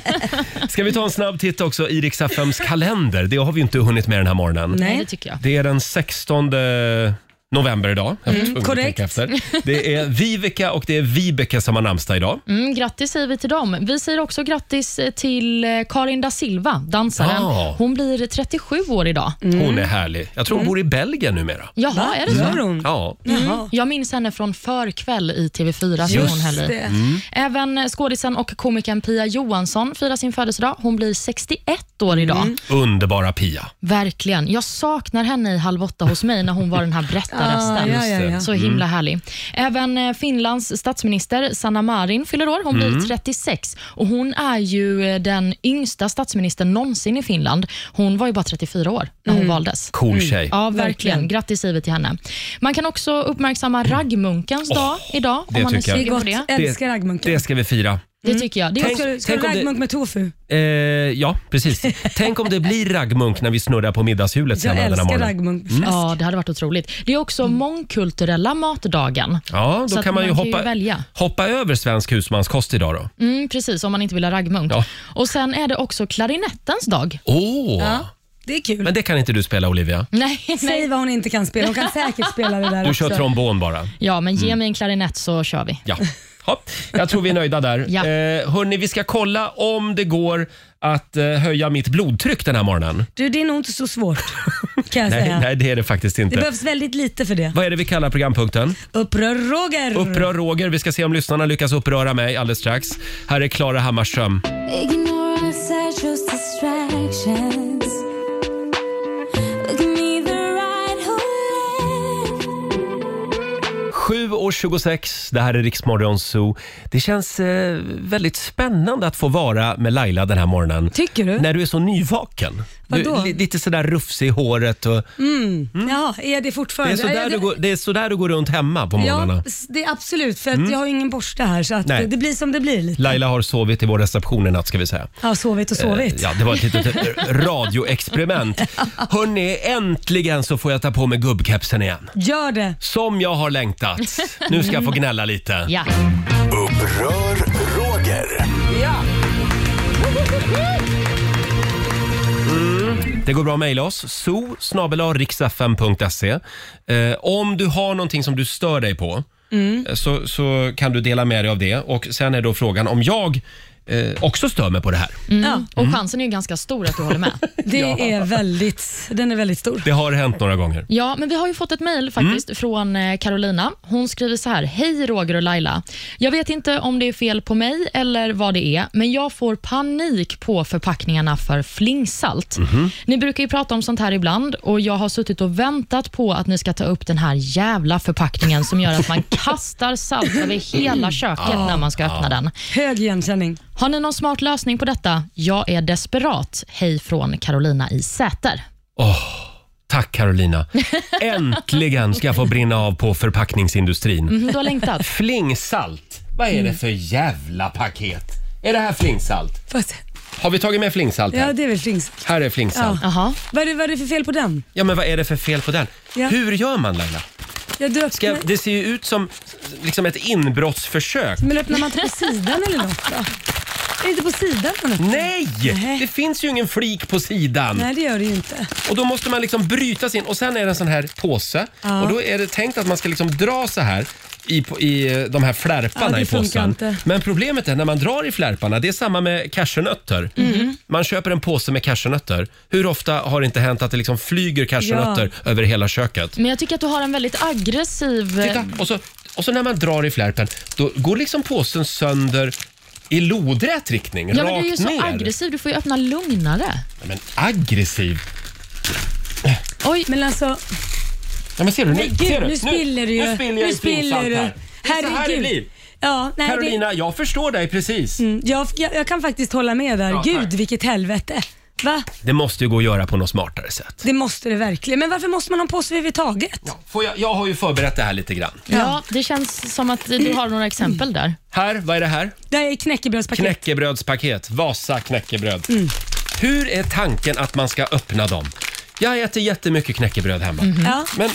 Ska vi ta en snabb titt också i Rix F M:s kalender? Det har vi inte hunnit med den här morgonen. Nej, det tycker jag. Det är den sextonde november idag. Jag var tvungen att korrekt. tänka efter. Det är Viveka och det är Vibeke som har namnsdag idag. Mm, grattis säger vi till dem. Vi säger också grattis till eh, Karin da Silva, dansaren. Ja. Hon blir trettiosju år idag. Hon är härlig. Jag tror hon bor i Belgien numera. Jaha, är det så? Gör hon? Ja. Jaha. Jag minns henne från Förkväll i T V fyra. Som Just hon höll i. det. Även skådisen och komikern Pia Johansson firar sin födelsedag. Hon blir sextioett år idag. Underbara Pia. Verkligen. Jag saknar henne i Halv åtta hos mig när hon var den här berättarrösten. Ah, ja, ja, ja. Så himla härlig. Även eh, Finlands statsminister Sanna Marin fyller år. Hon blir trettiosex och hon är ju eh, den yngsta statsministern någonsin i Finland. Hon var ju bara trettiofyra år när hon valdes. Cool tjej. Ja, verkligen. Verkligen. Grattis säger vi till henne. Man kan också uppmärksamma raggmunkens dag idag. det Om man är tycker jag. Det är sugen på gott. det. Älskar raggmunken. Det ska vi fira. Det tycker jag. Det är Tänk- också, Ska du, ska Tänk du om det- raggmunk med tofu? Eh, ja, precis. Tänk om det blir raggmunk när vi snurrar på middagshjulet Jag senare den här älskar morgonen. raggmunk med fläsk. ja, det hade varit otroligt. Det är också mångkulturella matdagen. Ja, Så då att kan man ju man kan ju hoppa, välja. hoppa över svensk husmanskost idag då. Mm, precis, om man inte vill ha raggmunk. Ja. Och sen är det också klarinettens dag. Åh! Ja, det är kul. Men det kan inte du spela, Olivia. Nej, Säg nej. vad hon inte kan spela. Hon kan säkert spela det där Du också. kör trombon bara. Ja, men ge mig en klarinett så kör vi. Ja. Ja, jag tror vi är nöjda där. Ja. Eh, hörni, vi ska kolla om det går att eh, höja mitt blodtryck den här morgonen. Du, det är nog inte så svårt kan jag Nej, säga. nej, det är det faktiskt Det inte. behövs väldigt lite för det. Vad är det vi kallar programpunkten? Upprör Roger! Upprör Roger. Vi ska se om lyssnarna lyckas uppröra mig alldeles strax. Här är Klara Hammarström. sju och tjugosex, det här är Rix Morgon Zoo. Det känns eh, väldigt spännande att få vara med Laila den här morgonen. Tycker du? När du är så nyvaken. Du, Vadå? li- lite sådär rufsig i håret. Och, Mm. Jaha, är det det, fortfarande? är sådär Ja, du går, det är sådär du går runt hemma på morgnarna. Ja, s- det är absolut. För att jag har ingen borste här så att Nej. det, det blir som det blir lite. Laila har sovit i vår reception i natt ska vi säga. Ja, sovit och sovit. Eh, Ja, det var ett litet radioexperiment. Hörrni, äntligen så får jag ta på mig gubbkepsen igen. Gör det. Som jag har längtat. Nu ska jag få gnälla lite. Ja. Upprör Roger. Det går bra att mejla oss. zoo snabel-a riksfm punkt se. Eh, om du har någonting som du stör dig på Mm. eh, så, så kan du dela med dig av det. Och sen är då frågan om jag eh, också stör mig på det här. Mm. Och chansen är ju ganska stor att du håller med. Det är väldigt, den är väldigt stor. Det har hänt några gånger. Ja, men vi har ju fått ett mejl faktiskt från eh, Carolina. Hon skriver så här: hej Roger och Laila. Jag vet inte om det är fel på mig eller vad det är, men jag får panik på förpackningarna för flingsalt. Ni brukar ju prata om sånt här ibland och jag har suttit och väntat på att ni ska ta upp den här jävla förpackningen som gör att man kastar salt över hela köket när man ska öppna den. Hög igenkänning. Har ni någon smart lösning på detta? Jag är desperat. Hej från Carolina i Säter. Åh, tack Carolina. Äntligen ska jag få brinna av på förpackningsindustrin. Mm, du har längtat. Flingsalt. Vad är det för jävla paket? Är det här flingsalt? Fast, Har vi tagit med flingsalt här? ja, det är väl flingsalt. Här är flingsalt. Ja. Jaha. Vad är, det, vad är det för fel på den? men vad är det för fel på den? Ja. Hur gör man Laila? Ja, du Ska, öppnar, det ser ju ut som liksom ett inbrottsförsök. men öppnar man inte på sidan eller något då? Är det inte på sidan man öppnar? Nej! Nej. Det finns ju ingen flik på sidan. Nej, det gör det ju inte. Och då måste man liksom bryta sig in och sen är det en sån här påse. Ja. Och då är det tänkt att man ska liksom dra så här i, på- i de här flärparna Ja, det i funkar påsen. inte. Men problemet är när man drar i flärparna, det är samma med cashewnötter. Mhm. Man köper en påse med cashewnötter. Hur ofta har det inte hänt att det liksom flyger cashewnötter över hela köket? Men jag tycker att du har en väldigt aggressiv... eh, Titta, och så, och så när man drar i flärpen, då går liksom påsen sönder i lodrät riktning, Ja, rakt men du är ju så ner. aggressiv. Du får ju öppna lugnare. Men aggressiv? Oj, Men alltså, Ja, men ser du, nu, men ser gud, du? nu spiller du ju. Nu spiller jag Nu i flingsalt spiller du. här. Det är så här det Herregud. blir. ja, nej, Carolina, jag förstår dig precis. det, mm, jag, jag, jag kan faktiskt hålla med där. Ja, Gud, tack. vilket helvete. Va? Det måste ju gå att göra på något smartare sätt. Det måste det verkligen. Men varför måste man ha en påse överhuvudtaget? Ja, får jag, jag har ju förberett det här lite grann. Ja, det känns som att du har några exempel där. Här, vad är det här? Det är knäckebrödspaket. Knäckebrödspaket. Vasa knäckebröd. Mm. Hur är tanken att man ska öppna dem? Jag äter jättemycket knäckebröd hemma. Mm-hmm. Ja. Men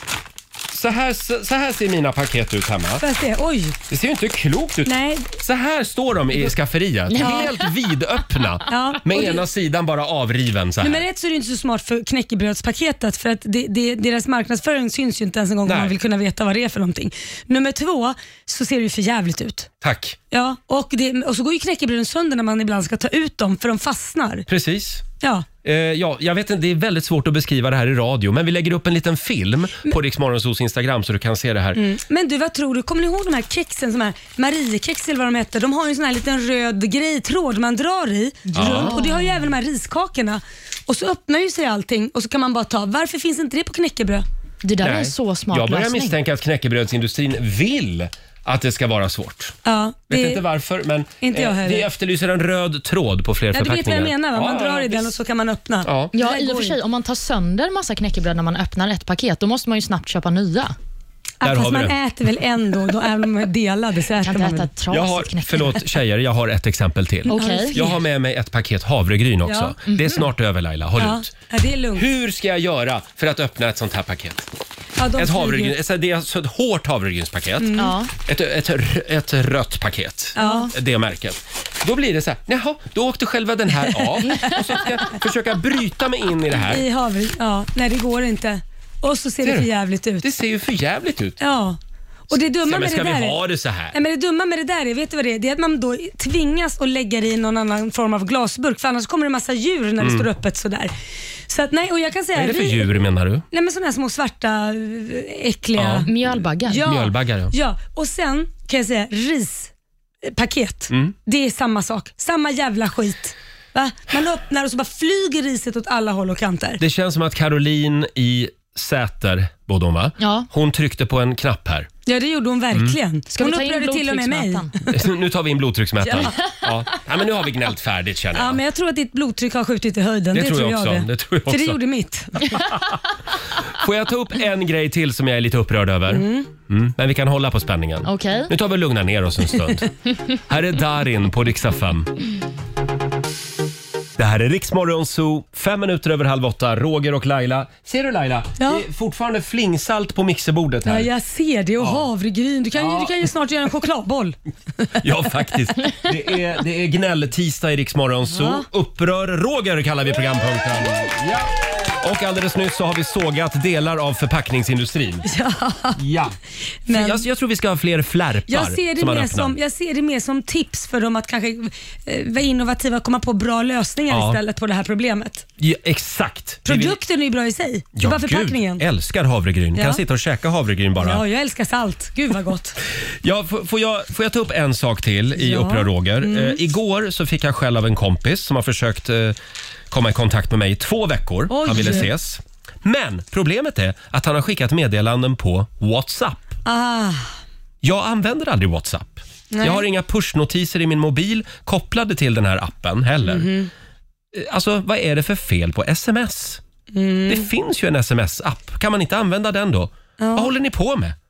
så här, så, så här ser mina paket ut hemma. Får jag se? Oj. Det ser ju inte klokt ut. Nej. Så här står de i skafferiet. Ja. Helt vidöppna. Ja. Med Och ena det- sidan bara avriven så här. Nummer ett så är det inte så smart för knäckebrödspaketet för att det, det, deras marknadsföring syns ju inte ens en gång Nej. om man vill kunna veta vad det är för någonting. Nummer två så ser det ju för jävligt ut. Tack. Ja, och, det, och så går ju knäckebröden sönder när man ibland ska ta ut dem för de fastnar. Precis. Ja. Eh, ja, jag vet inte, det är väldigt svårt att beskriva det här i radio, men vi lägger upp en liten film på Rix Morgonzoos Instagram så du kan se det här. Mm. Men du, vad tror du? Kommer ni ihåg de här kexen, som här Mariekex eller vad de heter? De har ju en sån här liten röd grej, tråd man drar i Ja. runt, och det har ju även de här riskakorna. Och så öppnar ju sig allting och så kan man bara ta. Varför finns inte det på knäckebröd? Det där är Nej. en så smart Jag börjar lösning. misstänka att knäckebrödsindustrin vill att det ska vara svårt. Ja, Vet det, inte varför, men Inte jag eh, heller. vi efterlyser en röd tråd på fler ja, du vet vad förpackningar. jag menar va? Man Ja, drar ja, i den visst. och så kan man öppna. Ja. Ja, Det i och för går sig, ju. om man tar sönder massa knäckebröd när man öppnar ett paket, då måste man ju snabbt köpa nya. Ja, Där fast har vi man det. äter väl ändå, då, även om de är delade så Jag äter kan man inte väl. äta ett trasigt Jag har, knäckebröd. förlåt tjejer, jag har ett exempel till. Okej. Jag har med mig ett paket havregryn också. Ja. Det är snart över Laila, håll Ja, ut. ja, det är lugnt. Hur ska jag göra för att öppna ett sånt här paket? Ja, de Ett flyger. havregryn, ett- det är alltså ett hårt havregrynspaket. Ja. Ett, ett, r- ett rött paket. Ja. Det märket. Då blir det så här, jaha, då åkte själva den här av. Och så ska jag försöka bryta mig in i det här. I havre, ja. Nej, det går inte. Och så ser Ser det du? för jävligt ut. Det ser ju för jävligt ut. Ja. Och det dumma Så, men med ska det där vi är- ha det så här? Nej, men det dumma med det där är, vet du vad det är? Det är att man då tvingas att lägga det i någon annan form av glasburk, för annars kommer det massa djur när det står öppet sådär. Så att nej, och jag kan säga... Vad är det för vi- djur menar du? Nej, men sådana här små svarta, eh, äckliga... Ja. Mjölbaggar. Ja. Mjölbaggar, ja. Ja, och sen kan jag säga rispaket. Mm. Det är samma sak. Samma jävla skit. Va? Man öppnar och så bara flyger riset åt alla håll och kanter. Det känns som att Caroline i Säter, bodde hon va? Ja. Hon tryckte på en knapp här. Ja, det gjorde hon verkligen. Ska hon vi ta in upprörde till och med mig. blodtrycksmätaren? Nu tar vi in blodtrycksmätaren. Ja. Ja. Ja, men nu har vi gnällt färdigt känner jag. Ja, men jag tror att ditt blodtryck har skjutit i höjden. Det Det, tror jag också. det. Det tror jag För det också. gjorde mitt. Får jag ta upp en grej till som jag är lite upprörd över? Mm. Men vi kan hålla på spänningen. Okej. Nu tar vi och lugnar ner oss en stund. Här är Darin på Rix F M. Det här är Rix Morgon Zoo, fem minuter över halv åtta. Roger och Laila. Ser du Laila? Ja. Det är fortfarande flingsalt på mixerbordet här. Ja, jag ser det. Och Ja. havregryn. Du kan, ju, Ja. du kan ju snart göra en chokladboll. Ja, faktiskt. Det är, det är gnäll-tisdag i Rix Morgon Zoo. Ja. Upprör Roger kallar vi programpunkten. Ja. Och alldeles nyss så har vi sågat delar av förpackningsindustrin. Ja. Ja. Men- Jag, jag tror vi ska ha fler flärpar Jag ser, det som man mer öppnar. som, jag ser det mer som tips för dem att kanske eh, vara innovativa och komma på bra lösningar Ja. istället på det här problemet. Ja, exakt. Vi vill- Produkten är ju bra i sig. Det är Ja, bara förpackningen. gud, älskar havregryn. Ja. Kan sitta och käka havregryn bara. Ja, jag älskar salt. Gud vad gott. Ja, f- får, jag, får jag ta upp en sak till i Ja. Upprör Roger? Mm. Eh, igår så fick jag skäll av en kompis som har försökt eh, komma i kontakt med mig i två veckor. Oj. Han ville ses. Men problemet är att han har skickat meddelanden på WhatsApp. Ah, Jag använder aldrig WhatsApp. Nej. Jag har inga pushnotiser i min mobil kopplade till den här appen heller. Mhm. Eh, Alltså, vad är det för fel på sms? Mm. Det finns ju en sms-app. Kan man inte använda den då? Vad håller ni på med?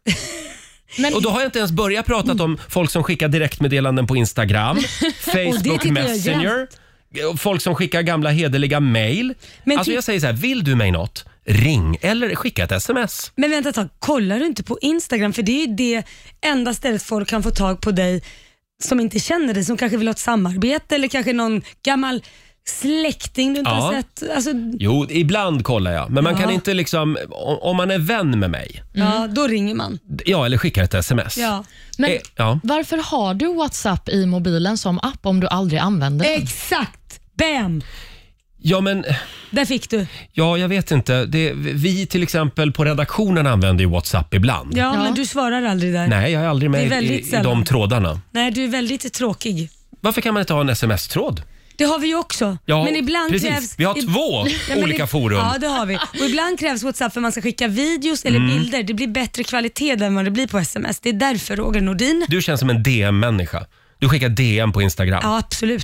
Men, Och då har jag inte ens börjat prata om folk som skickar direktmeddelanden på Instagram, Facebook tittar jag Messenger, och folk som skickar gamla hederliga mail. Men Alltså ty- jag säger så här, vill du mig något? Ring eller skicka ett sms. men vänta ett tag, kollar du inte på Instagram? För det är ju det enda stället folk kan få tag på dig som inte känner dig, som kanske vill ha ett samarbete eller kanske någon gammal släkting du inte Ja. har sett. Alltså, Jo, ibland kollar jag. Men man Ja. kan inte liksom, om om man är vän med mig, Ja, då ringer man. ja, eller skickar ett sms. Ja. men Eh, ja. varför har du WhatsApp i mobilen som app om du aldrig använder den? Exakt! Bam! Ja, men Där fick du. ja, jag vet inte. Det, vi till exempel på redaktionen använder ju WhatsApp ibland. Ja, Ja. men du svarar aldrig där. Nej, jag är aldrig Det är med i, väldigt i, i sällan. de trådarna. Nej, du är väldigt tråkig. Varför kan man inte ha en sms-tråd? Det har vi ju också. Ja, men ibland precis. krävs... Vi har i- två men olika i- forum. Ja, det har vi. Och ibland krävs WhatsApp för man ska skicka videos eller Mm. bilder. Det blir bättre kvalitet än vad det blir på sms. Det är därför, Roger Nordin. Du känns som en D M-människa. Du skickar D M på Instagram. Ja, absolut.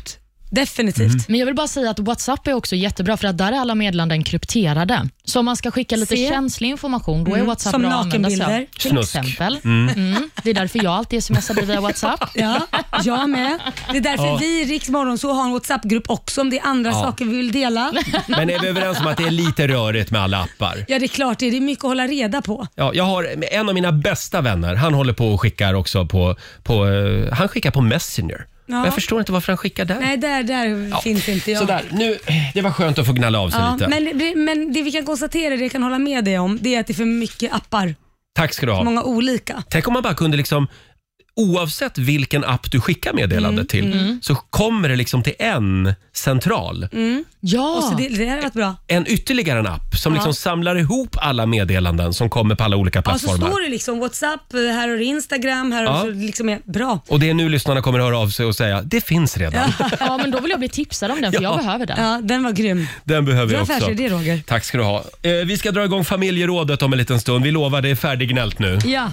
Definitivt. Mm. Men jag vill bara säga att WhatsApp är också jättebra för att där är alla meddelanden krypterade. Så om man ska skicka lite Se. känslig information, då är Mm. WhatsApp Som bra att använda sig av. nakenbilder. Till Snusk. exempel. Mm. Mm. Det är därför jag alltid smsar via WhatsApp. Ja, jag med. Det är därför Ja. vi i Rix Morgon så har en WhatsApp-grupp också om det är andra Ja. saker vi vill dela. Men är vi överens om att det är lite rörigt med alla appar? Ja, det är klart det är. Det är mycket att hålla reda på. Ja, jag har en av mina bästa vänner, han håller på och skickar också på, på uh, han skickar på Messenger. Ja. Jag förstår inte varför han skickar där. Nej, där, där Ja. finns inte jag. Sådär, nu, det var skönt att få gnalla av sig Ja, lite. men, det- men det vi kan konstatera, det jag kan hålla med dig om, det är att det är för mycket appar. Tack ska du ha. Många olika. Tänk om man bara kunde liksom, oavsett vilken app du skickar meddelande Mm, till, mm. så kommer det liksom till en central. Mm. Ja. Och så det, det har varit bra. En ytterligare en app som Ja. liksom samlar ihop alla meddelanden som kommer på alla olika Ja, så plattformar. står det liksom WhatsApp, här har du Instagram, här Ja. har du liksom är bra. Och det är nu lyssnarna kommer att höra av sig och säga, det finns redan. Ja, men då vill jag bli tipsad om den för Ja. jag behöver den. Ja, den var grym. Den behöver Bra jag också. affärsidé, Roger. Tack ska du ha. Eh, vi ska dra igång familjerådet om en liten stund. Vi lovar, det är färdiggnällt nu. Ja.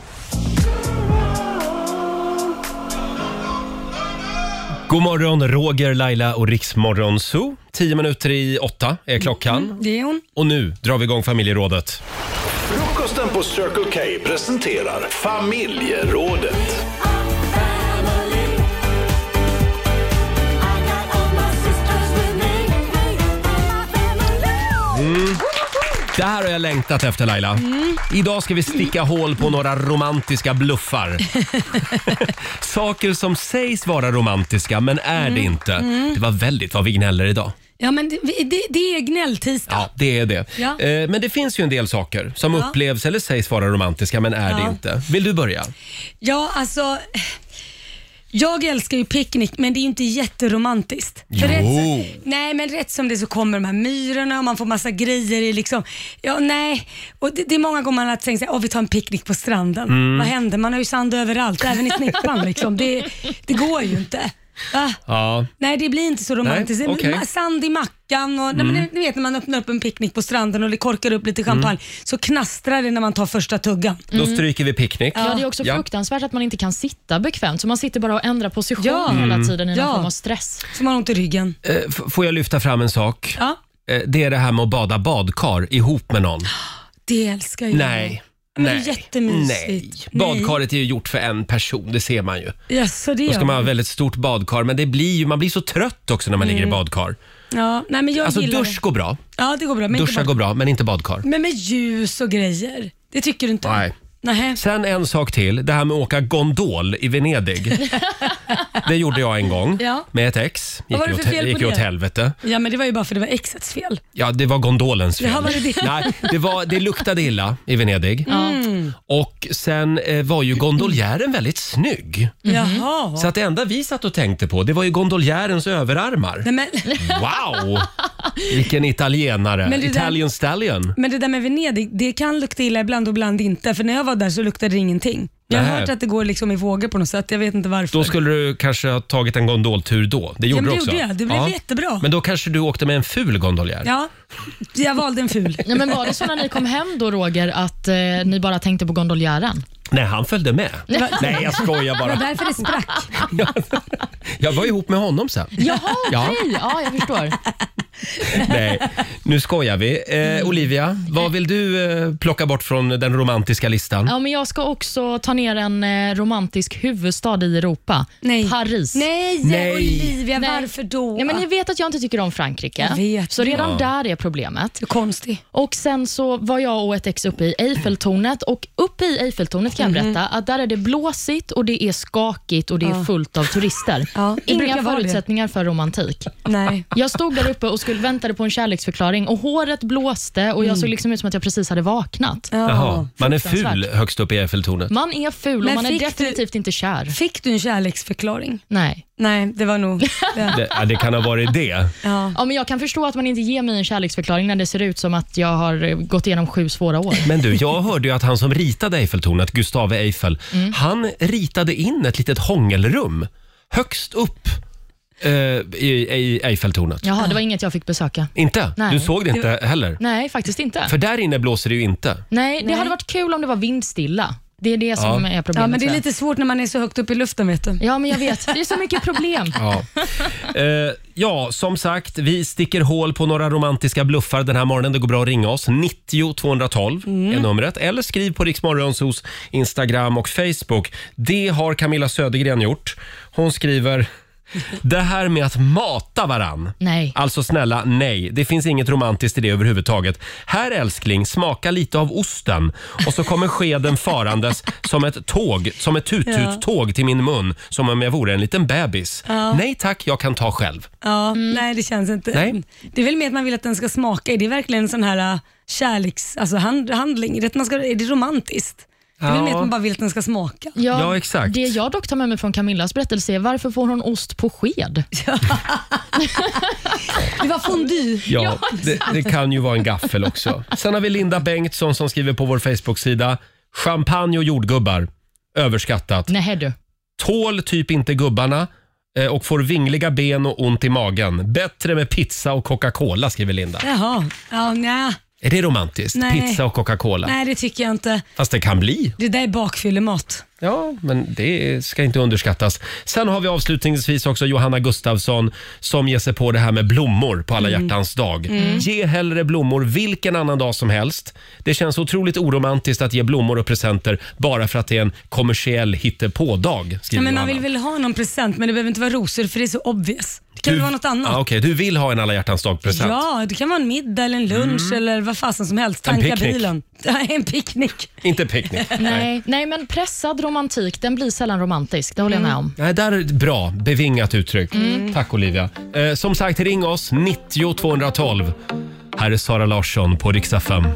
God morgon, Roger, Laila och Riksmorgon Zoo. Tio minuter i åtta är klockan. Mm, det är hon. Och nu drar vi igång familjerådet. Frukosten på Circle K presenterar familjerådet. Mm. Det här har jag längtat efter, Laila. Mm. Idag ska vi sticka hål på några romantiska bluffar. Saker som sägs vara romantiska men är det inte. Mm. Det var väldigt vad vi gnäller idag. Ja, men det, det, det är gnälltisdag. Ja, det är det. Ja. Eh, Men det finns ju en del saker som Ja. upplevs eller sägs vara romantiska men är det Ja. inte. Vill du börja? Ja, alltså... Jag älskar ju picknick, men det är ju inte jätteromantiskt. För Jo. rätt, nej, men rätt som det så kommer de här myrorna och man får massa grejer i liksom. Ja, nej. Och det, det är många gånger man har tänkt sig, åh, vi tar en picknick på stranden. Mm. Vad händer? Man har ju sand överallt, även i snippan liksom. Det, det går ju inte. Va? Ja. Nej, det blir inte så romantiskt. Nej, okej. Ma- Sand i mackan och Mm. nej, men ni vet när man öppnar upp en picknick på stranden och det korkar upp lite champagne så knastrar det när man tar första tuggan. Då stryker vi picknick. Ja, det är också Ja. fruktansvärt att man inte kan sitta bekvämt. Så man sitter bara och ändrar position Ja. hela Mm. tiden i någon Ja. form av stress. Så man har ont i ryggen. Eh, f- Får jag lyfta fram en sak? Ja, Eh, Det är det här med att bada badkar ihop med någon. det älskar jag. Nej. Men det är Nej. jättemysigt. Nej. Badkaret är ju gjort för en person, det ser man ju. Ja, så det Då ska gör man ha man. väldigt stort badkar, men det blir ju, man blir så trött också när man ligger i badkar. Ja, nej, men jag Alltså gillar dusch det. går bra. Ja, det går bra. Men, inte Duscha bara... går bra, men inte badkar. men med ljus och grejer. Det tycker du inte? Nej. Nej. Sen en sak till, det här med att åka gondol i Venedig. Det gjorde jag en gång Ja. med ett ex. Vad Gick var det ju för åt, fel på gick ju åt det? helvete. Ja, men det var ju bara för det var exets fel. Ja, det var gondolens fel. Ja, var det det? Nej, det, var, det luktade illa i Venedig. Mm. Och sen eh, var ju gondoljären väldigt snygg. Jaha. Så att det enda vi satt och tänkte på, det var ju gondoljärens överarmar. Nej, men, Wow! Vilken italienare. Men det där- Italian stallion. men det där med Venedig, det kan lukta illa ibland och ibland inte. För när jag var där så luktade det ingenting. Jag har Nähä. hört att det går liksom i vågor på något sätt. Jag vet inte varför. Då skulle du kanske ha tagit en gondoltur då. Det gjorde men du det också. gjorde jag. Det blev jättebra. Men då kanske du åkte med en ful gondoljär. Ja, jag valde en ful. Ja, men var det så när ni kom hem då, Roger, att eh, ni bara tänkte på gondoljären? Nej, han följde med. var- Nej, jag skojar Det var bara. därför det sprack. Jag var ihop med honom sen. Jaha, Ja. okej. Ja, jag förstår. Nej, nu skojar vi. Eh, Olivia, vad vill du eh, plocka bort från den romantiska listan? Ja, men jag ska också ta ner en eh, romantisk huvudstad i Europa. Nej. Paris. Nej, Nej. Olivia, Nej. varför då? Ja, men ni vet att jag inte tycker om Frankrike. Jag vet. Så redan Ja. där är problemet. Du är konstig. Och sen så var jag och ett ex uppe i Eiffeltornet och uppe i Eiffeltornet kan jag berätta att där är det blåsigt och det är skakigt och det är Ja. fullt av turister. Ja, det brukar Inga vara det. förutsättningar för romantik. Nej. Jag stod där uppe och skulle väntade på en kärleksförklaring och håret blåste och jag såg liksom ut som att jag precis hade vaknat. Ja. Jaha, man är ful fruktansvärt. högst upp i Eiffeltornet. Man är ful och Men man är fick du- definitivt inte kär. Fick du en kärleksförklaring? Nej. Nej, det var nog... Det. Det, ja, det kan ha varit det. Ja. Ja, men jag kan förstå att man inte ger mig en kärleksförklaring när det ser ut som att jag har eh, gått igenom sju svåra år. Men du, jag hörde ju att han som ritade Eiffeltornet, Gustave Eiffel, Mm. han ritade in ett litet hångelrum högst upp eh, i, i Eiffeltornet. Jaha, det var inget jag fick besöka. Inte? Nej. Du såg det inte heller? Nej, faktiskt inte. För där inne blåser det ju inte. Nej, det Nej. hade varit kul om det var vindstilla. Det är det som Ja. är problemet. Ja, men det är tror jag. lite svårt när man är så högt upp i luften, vet du. Ja, men jag vet. Det är så mycket problem. Ja. Eh, ja, som sagt, vi sticker hål på några romantiska bluffar den här morgonen. Det går bra att ringa oss. nittio tvåhundratolv är numret. Eller skriv på Rix Morgonzos Instagram och Facebook. Det har Camilla Södergren gjort. Hon skriver... Det här med att mata varann. Nej. Alltså snälla, nej. Det finns inget romantiskt i det överhuvudtaget. Här älskling, smaka lite av osten. Och så kommer skeden farandes som ett tåg, som ett tut-tut-tåg till min mun. Som om jag vore en liten bebis. Ja. Nej tack, jag kan ta själv. Ja, nej det känns inte. Nej. Det är väl mer att man vill att den ska smaka. Är det verkligen en sån här uh, kärleks, alltså hand, handling? Är det, att man ska, är det romantiskt? Det är väl Ja. mer att man bara vill att den ska smaka. Ja, Ja, exakt. Det jag dock tar med mig från Camillas berättelse är varför får hon ost på sked? Det var fondue. Ja, det, det kan ju vara en gaffel också. Sen har vi Linda Bengtsson som skriver på vår Facebook-sida. Champagne och jordgubbar. Överskattat. Nej du. Tål typ inte gubbarna eh, och får vingliga ben och ont i magen. Bättre med pizza och Coca-Cola, skriver Linda. Jaha, ja, nej. Är det romantiskt? Nej. Pizza och Coca-Cola? Nej, det tycker jag inte. Fast det kan bli. Det där är bakfyllemat. Ja, men det ska inte underskattas. Sen har vi avslutningsvis också Johanna Gustafsson som ger sig på det här med blommor på alla hjärtans dag. Mm. Ge hellre blommor vilken annan dag som helst. Det känns otroligt oromantiskt att ge blommor och presenter bara för att det är en kommersiell hittepådag, Ja, skriver men man Johanna. vill väl ha någon present, men det behöver inte vara rosor för det är så obvious. Det kan Du- väl vara något annat. Ja, okej, du vill ha en alla hjärtans dag-present. Ja, det kan vara en middag eller en lunch eller vad fasen som helst. En Tanka picknick. bilen. Ja, en picknick. Inte picknick. Nej. Nej, men pressad romantik, den blir sällan romantisk. Det håller jag med om. Nej, där är ett bra, bevingat uttryck. Mm. Tack Olivia. Eh, som sagt, ring oss, nittio tvåhundratolv. Här är Sara Larsson på Rix F M. I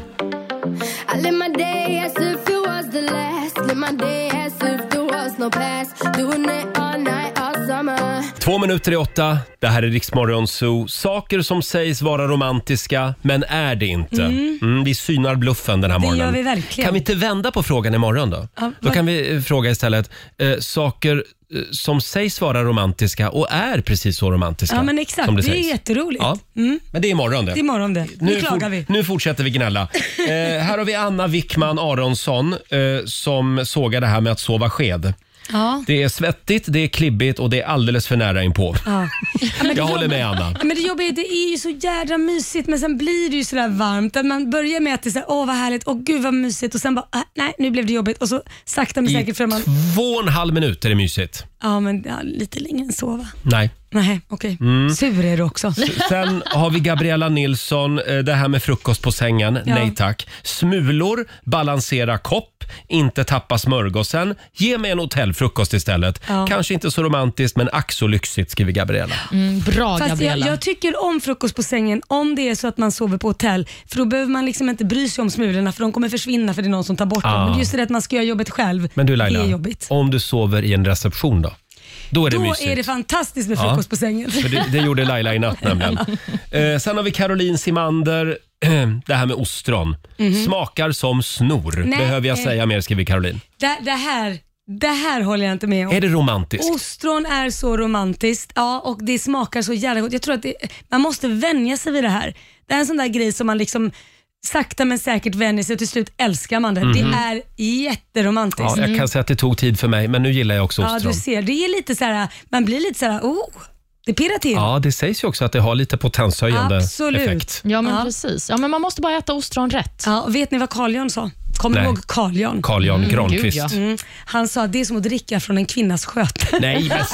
live my day as if it was the last. Live my day as if there was no past. Doing it all night, all summer. Två minuter i åtta. Det här är Rix Morgon Zoo. Saker som sägs vara romantiska, men är det inte. Mm, vi synar bluffen den här Det morgonen. gör vi verkligen. Kan vi inte vända på frågan imorgon då? Ja, Då vad- kan vi eh, fråga istället eh, saker eh, som sägs vara romantiska och är precis så romantiska. Ja, men exakt. som Det, det, är sägs. jätteroligt. Ja, Mm. men det är imorgon det. Det är imorgon det. Nu, Nu, klagar for- vi. nu fortsätter vi gnälla. Eh, här har vi Anna Wickman Aronsson eh, som sågar det här med att sova sked. Ja. Det är svettigt, det är klibbigt och det är alldeles för nära inpå. Ja. Ja, men det Jag håller jobbiga- med Anna. Ja, men det jobbiga är, det är ju så jädra mysigt men sen blir det ju sådär varmt. Att man börjar med att det är såhär, åh vad härligt, åh gud vad mysigt och sen bara, äh, nej nu blev det jobbigt och så sakta men I säkert för man, två och en halv minut är det mysigt. ja men ja, lite längre än så va? Nej. Nej, okej. Mm. Sur är du också. Sen har vi Gabriella Nilsson, eh, det här med frukost på sängen. Ja. Nej tack. Smulor, balansera kopp, inte tappa smörgåsen. Ge mig en hotellfrukost istället. Ja. Kanske inte så romantiskt men ack så lyxigt, skriver Gabriella. Mm, bra Fast jag, Gabriella. jag tycker om frukost på sängen om det är så att man sover på hotell. För då behöver man liksom inte bry sig om smulorna för de kommer försvinna för det är någon som tar bort Ah. dem. Men just det att man ska göra jobbet själv, Men du Laila, det är jobbigt. om du sover i en reception då? Då är det Då mysigt. är det fantastiskt med Ja. frukost på sängen. För det, det gjorde Laila i natt nämligen. Eh, sen har vi Caroline Simander. Det här med ostron. Smakar som snor. Mhm. Nej, Behöver jag eh. säga mer, skriver Caroline. Det, det, här, det här håller jag inte med om. Är det romantiskt? Ostron är så romantiskt, ja, och det smakar så jävla gott. Jag tror att det, man måste vänja sig vid det här. Det är en sån där grej som man liksom sakta men säkert vänjer sig och till slut älskar man det. Det är jätteromantiskt. Ja, jag kan säga att det tog tid för mig, men nu gillar jag också Ja, ostron. du ser. Det är lite så här, man blir lite så här, oh, det pirrar till. Ja, det sägs ju också att det har lite potenshöjande Absolut. effekt. Ja, men Ja. precis. Ja, men man måste bara äta ostron rätt. Ja, och vet ni vad Carl Jan sa? Kommer ni Nej. ihåg Carl Jan? Carl Jan Mm, Granqvist. gud, ja. Mm. Han sa att det är som att dricka från en kvinnas sköte. Nej, men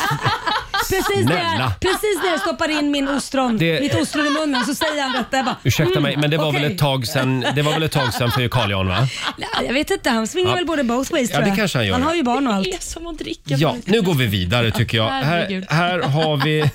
Precis när, jag, Snälla. precis när jag stoppar in min ostron, Det- mitt ostron i munnen så säger han detta. Jag bara, ursäkta mig, men det var, okej. väl ett tag sedan, det var väl ett tag sedan för Carl Jan, va? Nej, jag vet inte, han svingar Ja. väl både both ways Ja, tror det jag. kanske han gör. Han har ju barn och allt. Det är som att dricka. Ja, nu går vi vidare tycker jag. Här, Herregud. här har vi...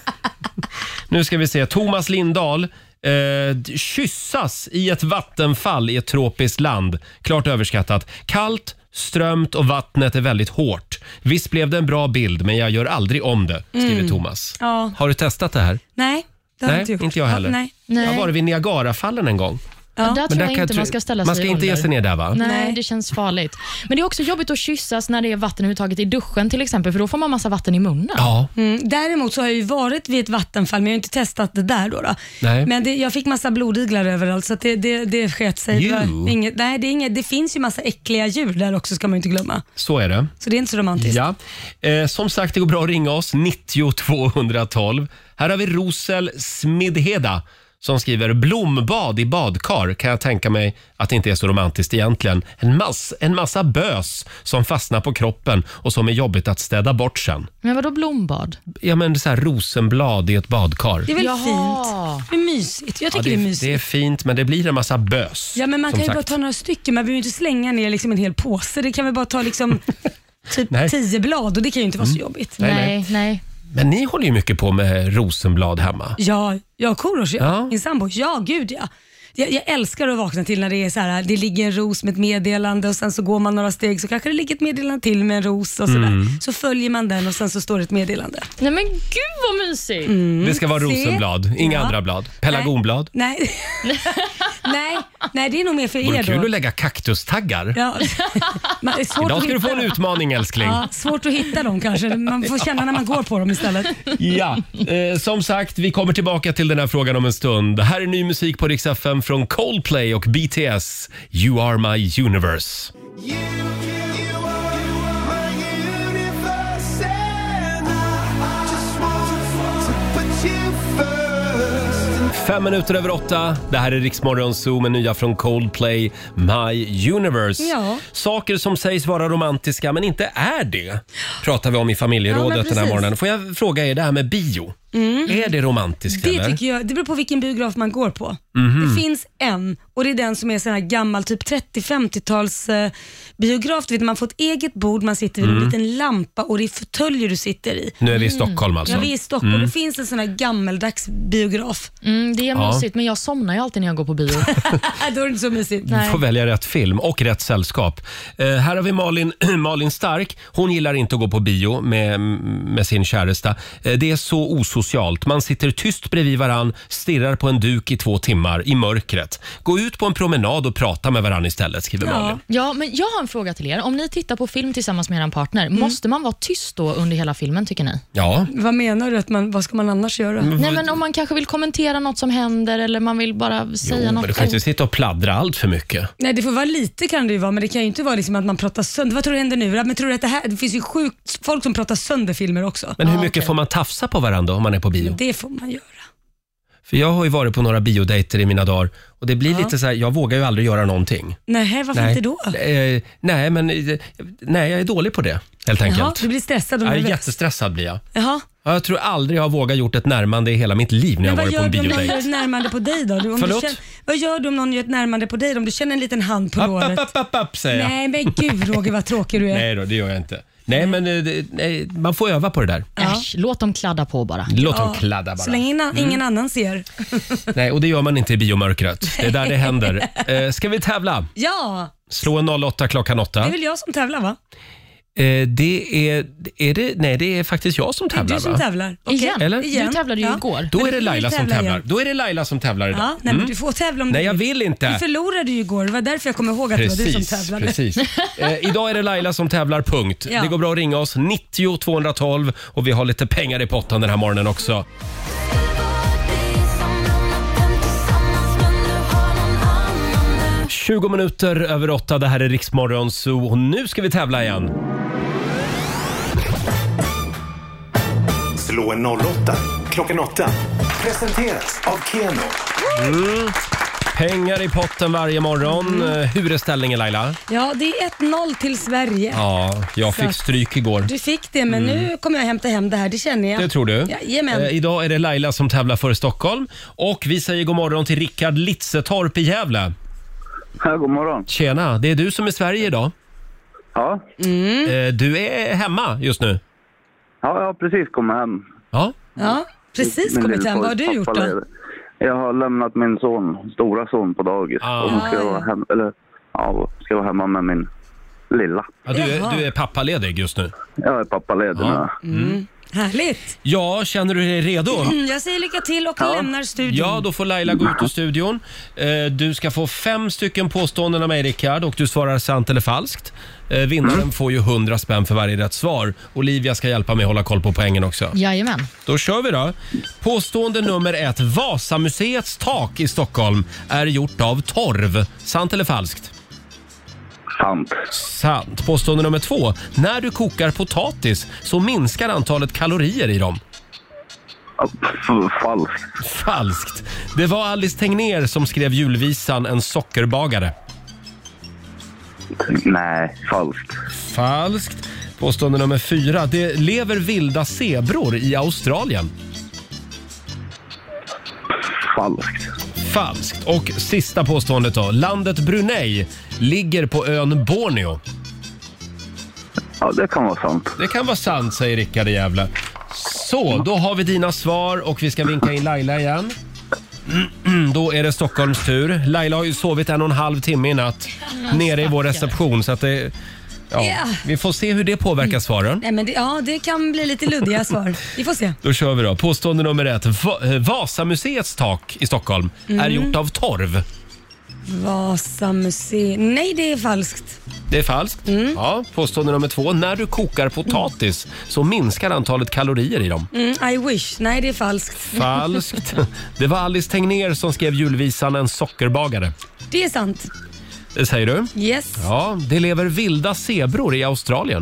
Nu ska vi se. Thomas Lindahl. Eh, kyssas i ett vattenfall i ett tropiskt land. Klart överskattat. Kallt, strömt och vattnet är väldigt hårt. Visst blev det en bra bild, men jag gör aldrig om det, skriver Thomas. Ja. Har du testat det här? Nej, det har jag Nej, inte gjort. inte jag heller. Ja, nej. Nej. Jag har varit vid Niagarafallen en gång. Ja. Där tror jag inte tro- man ska ställa sig Man ska inte ge sig ner där, va? Nej, Nej, det känns farligt. Men det är också jobbigt att kyssas när det är vatten överhuvudtaget i duschen till exempel, för då får man massa vatten i munnen. Ja. Mm, däremot så har jag ju varit vid ett vattenfall, men jag har inte testat det där då. då. Nej. Men det, jag fick massa blodiglar överallt, så att det, det, det sket sig. Det, var Ew. inget, nej, det, är inget, det finns ju massa äckliga djur där också, ska man ju inte glömma. Så är det. Så det är inte så romantiskt. Ja. Eh, som sagt, det går bra att ringa oss, nittio tvåhundratolv. Här har vi Rosel Smidheda som skriver: blombad i badkar kan jag tänka mig att det inte är så romantiskt egentligen. En, mass, en massa bös som fastnar på kroppen och som är jobbigt att städa bort sen. Men vadå blombad? Ja, men så här rosenblad i ett badkar. Det är väl Jaha. fint? Det är mysigt. Jag tycker Ja, det, det, är mysigt. det är fint, men det blir en massa bös. Ja, men man som kan ju sagt. bara ta några stycken. Man behöver ju inte slänga ner liksom en hel påse. Det kan väl bara ta liksom typ Nej. tio blad och det kan ju inte vara så jobbigt. Nej, Nej, nej. nej. Men ni håller ju mycket på med rosenblad hemma. Ja, ja, Korosh, ja. Ja. Min sambo. Ja, gud ja. Jag, jag älskar att vakna till när det är så här, det ligger en ros med ett meddelande och sen så går man några steg så kanske det ligger ett meddelande till med en ros och sådär. Mm. Så följer man den och sen så står det ett meddelande. Nej men gud vad mysigt. Mm. Det ska vara Se. rosenblad, inga Ja. andra blad. Pelargonblad. Nej. nej, nej, det är nog mer för Vore er kul då. att lägga kaktustaggar. Ja. Man, det är svårt Idag att ska du hitta få en dem. utmaning, älskling. Ja, svårt att hitta dem kanske. Man får känna när man går på dem istället. Ja, eh, som sagt, vi kommer tillbaka till den här frågan om en stund. Här är ny musik på Rix F M från Coldplay och B T S. You are my universe. Fem minuter över åtta. Det här är Rix Morgon Zoo med nya från Coldplay, My Universe. Ja. Saker som sägs vara romantiska men inte är det, pratar vi om i Ja, familjerådet men den här precis. morgonen. Får jag fråga er det här med bio? Är det romantiskt Det eller? tycker jag, det beror på vilken biograf man går på. Mhm. Det finns en och det är den som är sån här gammal typ trettio-femtiotals eh, biograf. Du vet, man får ett eget bord, man sitter vid en liten lampa och det är fåtöljer du sitter i. Nu är vi i Stockholm alltså. Ja, vi är i Stockholm. Det finns en sån här gammeldags biograf. Mm, det är Ja. mysigt, men jag somnar ju alltid när jag går på bio. Då är det inte så mysigt. Du får välja rätt film och rätt sällskap. Eh, här har vi Malin, Malin Stark. Hon gillar inte att gå på bio med, med sin käresta. Eh, det är så osocialt. Man sitter tyst bredvid varann, stirrar på en duk i två timmar i mörkret. Gå ut på en promenad och prata med varann istället, skriver Ja. Malin. Ja, men jag har en fråga till er. Om ni tittar på film tillsammans med er partner, måste man vara tyst då under hela filmen, tycker ni? Ja. Vad menar du? Att man, vad ska man annars göra? Nej, men om man kanske vill kommentera något som händer eller man vill bara säga Jo, något. men du kan inte sitta och pladdra allt för mycket. Nej, det får vara lite kan det ju vara, men det kan ju inte vara liksom att man pratar sönder. Vad tror du händer nu? Men tror du att det här, det finns ju sjukt folk som pratar sönder filmer också. Men hur Ja, mycket okej. får man tafsa på varandra om man är på bio? Det får man göra. För jag har ju varit på några biodejter i mina dagar och det blir Ja. lite så här, jag vågar ju aldrig göra någonting. Nej, varför inte då? Eh, nej, men eh, nej, jag är dålig på det helt enkelt. Jaha, du blir stressad och Jag är nervös. jättestressad blir jag. Jaha. Ja, jag tror aldrig jag har vågat gjort ett närmande i hela mitt liv när jag Men har vad varit på gör en du om någon gör biodejt. ett närmande på dig då? Du, om Förlåt? Du känner, vad gör du om någon gör ett närmande på dig? Om du känner en liten hand på App, låret? app, app, app, säger jag. Nej men gud Roger, vad tråkig du är. Nej då, det gör jag inte. Nej, men eh, det- nej, man får öva på det där. Ja. Äsch, låt dem kladda på bara. Låt dem Ja, kladda Så bara. länge ina- ingen annan ser. Nej, och det gör man inte i biomörkret. Det är där det händer. Eh, ska vi tävla? Ja, Slå en noll åtta klockan det åtta. är väl jag som tävlar va? Eh, det är, är det, nej, det är faktiskt jag som Det är tävlar, du som va? tävlar. Okej. Igen. Eller? Du tävlade ju Ja. igår. Då Men är det du Laila vill som tävla tävlar. igen. Då är det Laila som tävlar idag. Ja, nej, men du får tävla om Nej, du jag vill inte. Du förlorade ju igår, det var därför jag kommer ihåg att det var du som Precis, tävlade. precis. Eh, idag är det Laila som tävlar, punkt. Ja. Det går bra att ringa oss, nittio tvåhundratolv och vi har lite pengar i potten den här morgonen också. tjugo minuter över åtta, det här är Rix Morgon Zoo och nu ska vi tävla igen. Slå en noll åtta klockan åtta. Presenteras av Keno. Mm. Pengar i potten varje morgon. Mm. Eh, Hur är ställningen, Laila? Ja, det är ett noll till Sverige. Ja, jag Så fick att- stryk igår. Du fick det, men nu kommer jag hämta hem det här, det känner jag. Det tror du? Jajamän. Eh, idag är det Laila som tävlar för Stockholm. Och vi säger god morgon till Rickard Litsetorp i Gävle. Ja, god morgon. Tjena, det är du som är Sverige idag. Ja, Eh, du är hemma just nu. ja jag har precis kommit hem. Ja. Ja, precis Min kommit hem. Vad har lillpojks du gjort pappa då? lever. Jag har lämnat min son, stora son på dagis. Ah. Och nu ska jag Ah, vara ja. hem, eller ja, ska jag vara hemma med min lilla. Ja, du, är, du är pappaledig just nu? Jag är pappaledig ja. nu. Mm. Härligt. Ja, känner du dig redo? Mm, jag säger lycka till och Ja. lämnar studion. Ja, då får Laila gå ut ur studion. Eh, Du ska få fem stycken påståenden av mig, Rickard, och du svarar sant eller falskt. Eh, Vinnaren får ju hundra spänn för varje rätt svar. Olivia ska hjälpa mig hålla koll på poängen också. Jajamän. Då kör vi då. Påstående nummer ett. Vasamuseets tak i Stockholm är gjort av torv. Sant eller falskt? Sant. Sant. Påstående nummer två. När du kokar potatis så minskar antalet kalorier i dem. F- falskt. Falskt. Det var Alice Tegnér som skrev julvisan En sockerbagare. Nej, falskt. Falskt. Påstående nummer fyra. Det lever vilda zebror i Australien. Falskt. Falskt. Och sista påståendet då. Landet Brunei ligger på ön Borneo. Ja, det kan vara sant. Det kan vara sant, säger Rickard i Gävle. Så, då har vi dina svar och vi ska vinka in Laila igen. Då är det Stockholms tur. Laila har ju sovit en och en halv timme i natt nere i vår reception, så att det... Ja, Ja. vi får se hur det påverkar svaren. Nej, men det, ja, det kan bli lite luddiga svar. Vi får se. Då kör vi då. Påstående nummer ett. Va- eh, Vasamuseets tak i Stockholm Mm. är gjort av torv. Vasamuseum. Nej, det är falskt. Det är falskt. Mm. Ja, påstående nummer två. När du kokar potatis så minskar antalet kalorier i dem. Mm, I wish. Nej, det är falskt. Falskt. Det var Alice Tegnér som skrev julvisan En sockerbagare. Det är sant. Det säger du? Yes. Ja, det lever vilda zebror i Australien.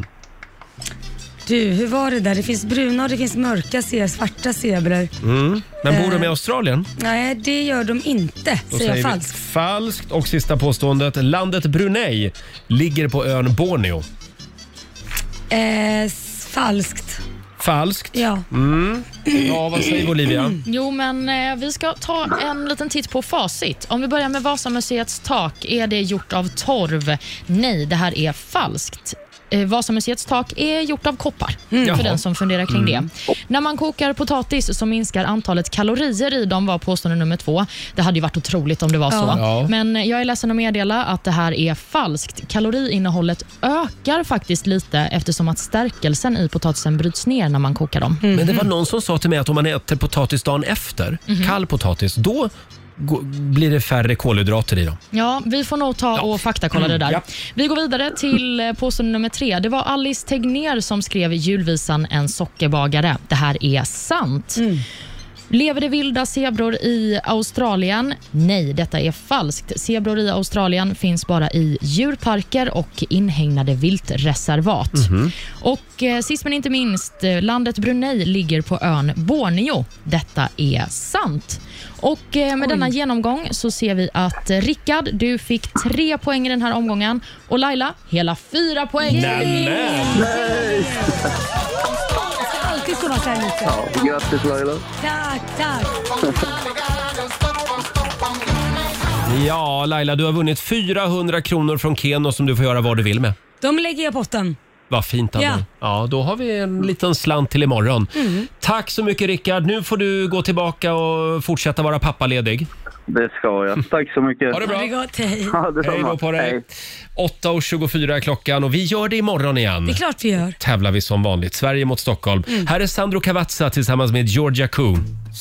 Du, hur var det där? Det finns bruna och det finns mörka zebror, svarta zebror. Mm. Men bor de i Eh. Australien? Nej, det gör de inte. Då Säger jag vi falskt. falskt. Och sista påståendet. Landet Brunei ligger på ön Borneo. Eh, s- falskt. Falskt. Ja. Mm. Ja, vad säger Olivia? Jo, men eh, vi ska ta en liten titt på facit. Om vi börjar med Vasamuseets tak. Är det gjort av torv? Nej, det här är falskt. Eh, Vasamuseets tak är gjort av koppar, Mm. för Jaha. den som funderar kring Mm. det. När man kokar potatis så minskar antalet kalorier i dem, var påstående nummer två. Det hade ju varit otroligt om det var Ja. så. Ja. Men jag är ledsen att meddela att det här är falskt. Kaloriinnehållet ökar faktiskt lite eftersom att stärkelsen i potatisen bryts ner när man kokar dem. Men det var någon som sa till mig att om man äter potatis dagen efter, Mhm. kall potatis, då gå- blir det färre kolhydrater i dem. Ja, vi får nog ta och faktakolla det där. Ja. Vi går vidare till eh, påstående nummer tre. Det var Alice Tegnér som skrev julvisan En sockerbagare. Det här är sant. Lever det vilda zebror i Australien? Nej, detta är falskt. Zebror i Australien finns bara i djurparker och inhägnade viltreservat. Och eh, sist men inte minst, eh, landet Brunei ligger på ön Borneo. Detta är sant. Och eh, med denna genomgång så ser vi att eh, Rickard, du fick tre poäng i den här omgången och Laila, hela fyra poäng. Alltid ska vara så här lite. Ja, grattis Laila. Tack, tack. Ja, Laila, du har vunnit fyrahundra kronor från Keno som du får göra vad du vill med. De lägger jag i potten. Vad fint av Ja. dig. Ja, då har vi en liten slant till imorgon. Mm. Tack så mycket Rickard. Nu får du gå tillbaka och fortsätta vara pappaledig. Det ska jag. Tack så mycket. Ha det bra. Ha det gott, hej. Ja, detsamma. Hej då på dig. Hej. åtta och tjugofyra är klockan och vi gör det imorgon igen. Det är klart vi gör. Tävlar vi som vanligt. Sverige mot Stockholm. Här är Sandro Cavazza tillsammans med Georgia Koo.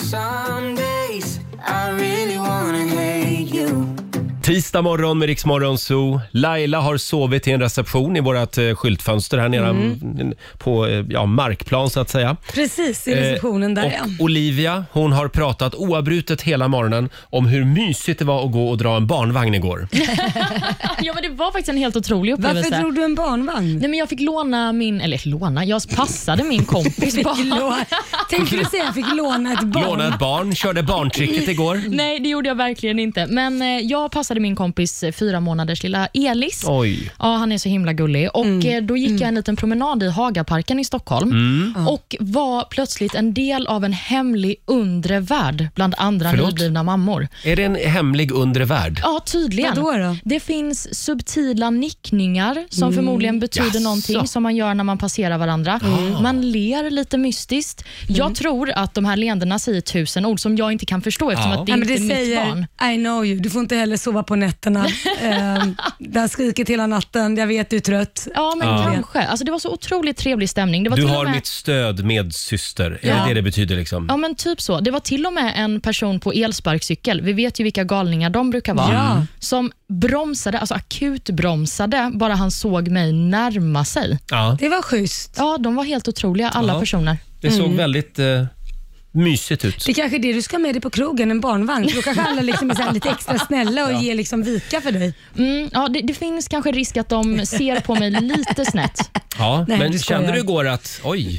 Tisdag morgon med Rix Morgon Zoo. Laila har sovit i en reception i vårt eh, skyltfönster här nere mm. på eh, ja, markplan så att säga. Precis, i receptionen där och ja. Olivia, hon har pratat oavbrutet hela morgonen om hur mysigt det var att gå och dra en barnvagn igår. Ja, men det var faktiskt en helt otrolig upplevelse. Varför drog du en barnvagn? Nej, men jag fick låna min, eller låna, jag passade min kompis barn. Tänkte du säga jag fick låna ett barn? Låna ett barn, körde barntricket igår. Nej, det gjorde jag verkligen inte. Men eh, jag passade min kompis eh, fyra månaders lilla Elis. Oj. Ja, han är så himla gullig. Och Mm. eh, då gick jag en liten promenad i Hagaparken i Stockholm Mm. och var plötsligt en del av en hemlig undre värld bland andra Förlåt? nyblivna mammor. Är det en hemlig undre värld? Ja, tydligen. Vadå då? Det finns subtila nickningar som förmodligen betyder Jaså. någonting som man gör när man passerar varandra. Man ler lite mystiskt. Jag tror att de här leendena säger tusen ord som jag inte kan förstå eftersom Ja. att det Nej, men inte det är mitt säger barn. I know you. Du får inte heller sova på nätterna. eh, den skriker till hela natten. Jag vet du är trött. Ja, men Ja. kanske. Alltså, det var så otroligt trevlig stämning. Det var Du till och har med... mitt stöd med syster. Är Ja. det det det betyder liksom? Ja, men typ så. Det var till och med en person på elsparkcykel, vi vet ju vilka galningar de brukar vara, Ja. som bromsade, alltså akut bromsade, bara han såg mig närma sig. Ja. Det var schysst. Ja, de var helt otroliga, alla Ja. personer. Det såg väldigt eh, mysigt ut. Det är kanske är det du ska med dig på krogen, en barnvagn. För då kanske alla liksom är så här lite extra snälla och ger liksom vika för dig. Mm, ja, det, det finns kanske risk att de ser på mig lite snett. Ja, Nej, men du skojar. kände du igår att oj,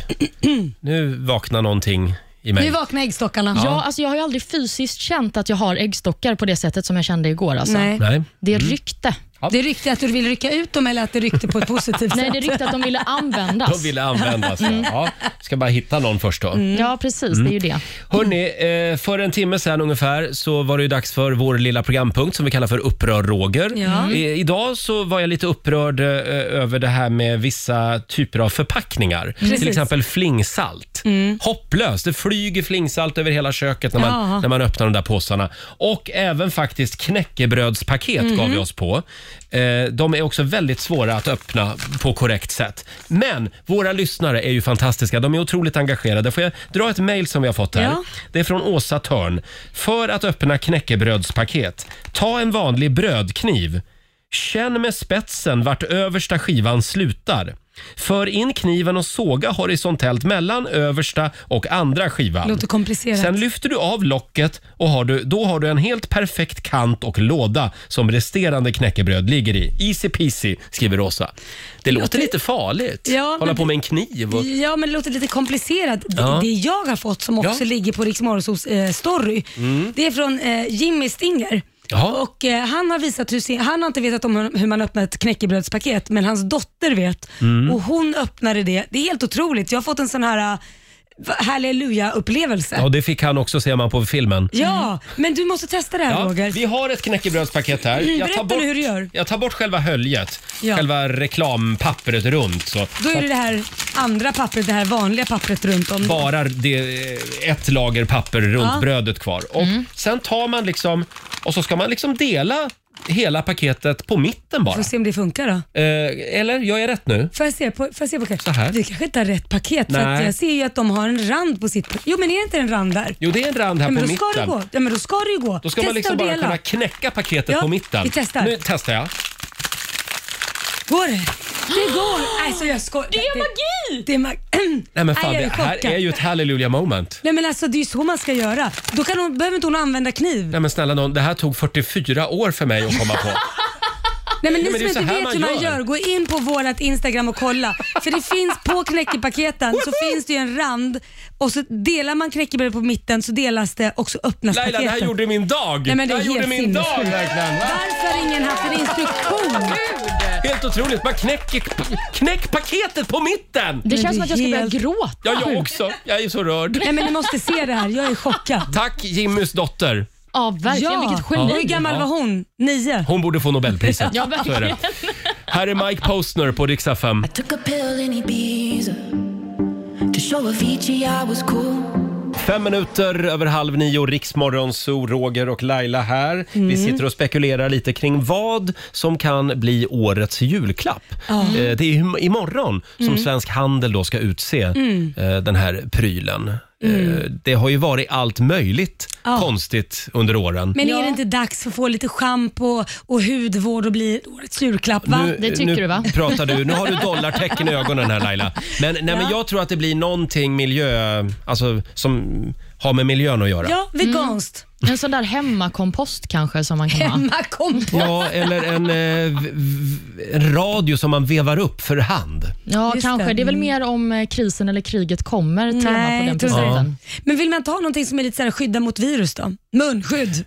nu vaknar någonting i mig? Nu vaknar äggstockarna. Ja, alltså jag har ju aldrig fysiskt känt att jag har äggstockar på det sättet som jag kände igår. Alltså. Nej. Nej. Det ryckte. Det ryckte att du ville rycka ut dem eller att det ryckte på ett positivt Nej, sätt? det ryckte att de ville användas. De ville användas. Ja. Ja, ska bara hitta någon först då. Ja, precis. Det är ju det. Hörrni, eh, för en timme sedan ungefär så var det ju dags för vår lilla programpunkt som vi kallar för Upprör Roger. Ja. I, idag så var jag lite upprörd eh, över det här med vissa typer av förpackningar. Precis. Till exempel flingsalt. Hopplöst. Det flyger flingsalt över hela köket när man, Ja. när man öppnar de där påsarna. Och även faktiskt knäckebrödspaket gav vi oss på. Eh, de är också väldigt svåra att öppna på korrekt sätt. Men våra lyssnare är ju fantastiska. De är otroligt engagerade. Får jag dra ett mejl som vi har fått här? Ja. Det är från Åsa Törn. För att öppna knäckebrödspaket, ta en vanlig brödkniv. Känn med spetsen vart översta skivan slutar. För in kniven och såga horisontellt mellan översta och andra skivan. Låter komplicerat. Sen lyfter du av locket och har du, då har du en helt perfekt kant och låda som resterande knäckebröd ligger i. Easy peasy, skriver Rosa. Det låter lite farligt. Ja, Hålla men på med en kniv. Och... Ja, men det låter lite komplicerat. Det, Ja. det jag har fått som också Ja. ligger på Rix Morgonzoos eh, story, det är från eh, Jimmy Stinger. Jaha. Och eh, han har visat hur, sin- han har inte vetat om hur, hur man öppnar ett knäckebrödspaket, men hans dotter vet. Och hon öppnade det. Det är helt otroligt. Jag har fått en sån här uh, halleluja-upplevelse. Ja, det fick han också, ser man på filmen. Ja, men du måste testa det här Ja, Roger. vi har ett knäckebrödspaket här. Mm, Jag tar berätta bort, nu hur du gör. Jag tar bort själva höljet, Ja. själva reklampappret runt. Så. Då är det det här andra pappret, det här vanliga pappret runt om. Bara det, ett lager papper runt Ja. brödet kvar. Och sen tar man liksom, och så ska man liksom dela hela paketet på mitten bara. Får se om det funkar då. Eh, eller, jag är rätt nu? Får jag se på, får jag se på Så här. Vi kanske inte har rätt paket för Nej. att jag ser ju att de har en rand på sitt. Jo men är det inte en rand där? Jo, det är en rand här Ja, men på då ska det mitten. gå. Ja men då ska det ju gå. Då ska Testa man liksom och bara dela. kunna knäcka paketet Ja, på mitten. vi testar. Nu testar jag. Går det? Det går! Alltså jag sko- Det är magi! Det är magi. Nej men fan, jag det är här chockad. är ju ett hallelujah moment. Nej men alltså det är ju så man ska göra. Då kan hon, behöver inte hon använda kniv. Nej men snälla någon, det här tog fyrtiofyra år för mig att komma på. Nej men ni Ja, men det är som så inte här vet man hur man gör. gör, gå in på vårat Instagram och kolla. För det finns på knäckepaketen så finns det ju en rand och så delar man knäckebröd på mitten så delas det och så öppnas Laila, det paketet. här gjorde min dag! Nej, men det är här gjorde helt min dag sinnessjukt. verkligen! Va? Varför har ingen haft en instruktion? Helt otroligt, man knäcker knäck paketet på mitten! Det Men känns det som att jag ska är börja helt- gråta. Ja, jag också. Jag är så rörd. Nej men ni måste se det här, jag är chockad. Tack Jimmys dotter. Ja, verkligen. Vilket geni. Hur gammal Ja. var hon? Nio? Hon borde få Nobelpriset. Ja, Så är verkligen. det. Här är Mike Postner på Rix F M. Took a pill in Ibiza to show Avicii I was cool. Fem minuter över halv nio, Riksmorgon, så Roger och Laila här. Mm. Vi sitter och spekulerar lite kring vad som kan bli årets julklapp. Ja. Eh, Det är im- imorgon som Mm. Svensk Handel då ska utse Mm. eh, den här prylen. Mm. Eh, Det har ju varit allt möjligt Ja. konstigt under åren. Men är det inte dags att få lite schampo och hudvård och bli årets julklapp va? Nu, nu pratar du, nu har du dollartecken i ögonen här Laila. Men, nej, men jag tror att det blir någonting miljö, alltså som har med miljön att göra. Ja, veganskt. En sån där hemmakompost kanske som man kan ha. Hemmakompost. Ja, eller en, eh, v- v- en radio som man vevar upp för hand. Ja, Just kanske. det. Det är väl mer om eh, krisen eller kriget kommer tema Nej, på den jag tror inte presenten. Men vill man ta någonting som är lite så här skydda mot virus då? Munskydd.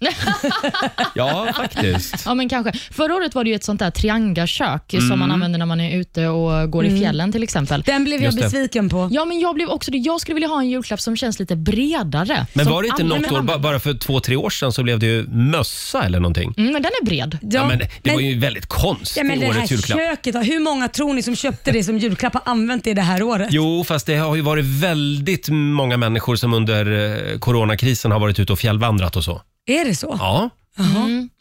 Ja, faktiskt. Ja, men kanske. Förra året var det ju ett sånt där triangakök Mm. som man använder när man är ute och går Mm. i fjällen till exempel. Den blev jag Just det. besviken på. Ja, men jag blev också det. Jag skulle vilja ha en julklapp som känns lite bredare. Men som var det inte alla något kan år, ba- använda. bara för två, tre år sedan så blev det ju mössa eller någonting? Mm, men den är bred. Ja, men det var ju väldigt konstigt, Ja, men det här årets julklapp. köket då, hur många tror ni som köpte det som julklapp har använt det det här året? Jo, fast det har ju varit väldigt många människor som under eh, coronakrisen har varit ute och fjällvandrat och så. Är det så? Ja. Jaha. Mm.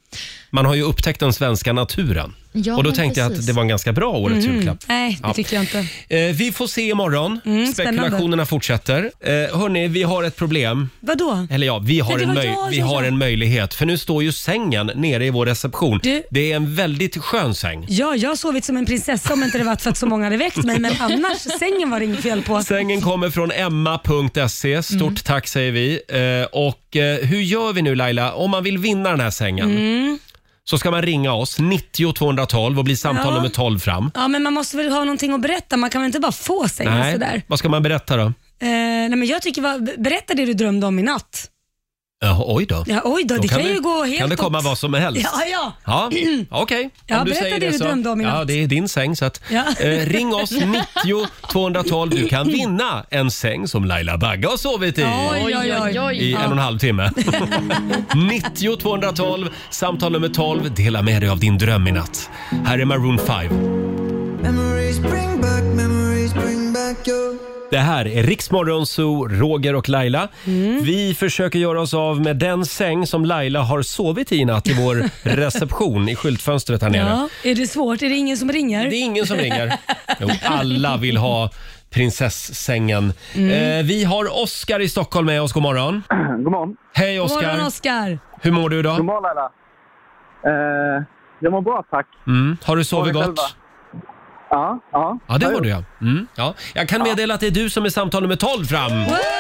Man har ju upptäckt den svenska naturen. Ja, och då men tänkte jag precis. att det var en ganska bra årets Mm. julklapp. Nej, det Ja. tycker jag inte. Eh, vi får se imorgon. Mm, Spekulationerna fortsätter. Eh, hörni, vi har ett problem. Vadå? Eller ja, vi har, Nej, det en, var möj- jag, vi ja, har ja. en möjlighet. För nu står ju sängen nere i vår reception. Du- Det är en väldigt skön säng. Ja, jag har sovit som en prinsessa om inte det varit för att så många hade väckt mig. Men annars, sängen var det inget fel på. Sängen kommer från emma punkt se. Stort Mm. tack säger vi. Eh, och eh, hur gör vi nu Laila? Om man vill vinna den här sängen Mm. så ska man ringa oss nittio tvåhundratolv och bli samtal Ja. nummer tolv fram. Ja, men man måste väl ha någonting att berätta. Man kan väl inte bara få sängen sådär. Nej, vad ska man berätta då? Eh, nej, men jag tycker, vad- berätta det du drömde om i natt. Ja, oj då. Ja, oj då, det kan det, ju gå helt kan det komma åt- vad som helst. Ja, ja. Ja, okej. Ja, Om du berätta säger det det du så. drömde om i Ja, natt. det är din säng så att, Ja. eh, ring oss nittio tvåhundratolv. Du kan vinna en säng som Laila Bagge har sovit i. Oj, oj, oj, oj. I en och en halv timme. nittio tvåhundratolv, samtal nummer tolv. Dela med dig av din dröm i natt. Här är Maroon fem. Memories bring back, memories bring back your... Det här är Riksmorgon Zoo, Roger och Laila. Mm. Vi försöker göra oss av med den säng som Laila har sovit i natt i vår reception i skyltfönstret här nere. Ja, är det svårt? Är det ingen som ringer? Det är ingen som ringer. Jo, alla vill ha prinsessängen. Mm. Eh, vi har Oskar i Stockholm med oss. God morgon. God morgon. Hej God morgon, Oskar. Oskar. Hur mår du idag? God morgon Laila. Eh, jag mår bra tack. Mm. Har du sovit Har du gott? själva? Ja, ja. Ja, det Ja, har jo. du ja. Mm, ja. Jag kan meddela att det är du som är samtal nummer tolv fram.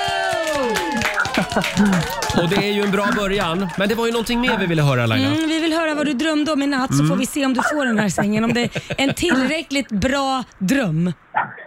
Och det är ju en bra början. Men det var ju någonting mer vi ville höra Laila. Mm, vi vill höra vad du drömde om i natt så Mm. får vi se om du får den här sängen. Om det är en tillräckligt bra dröm. Eh,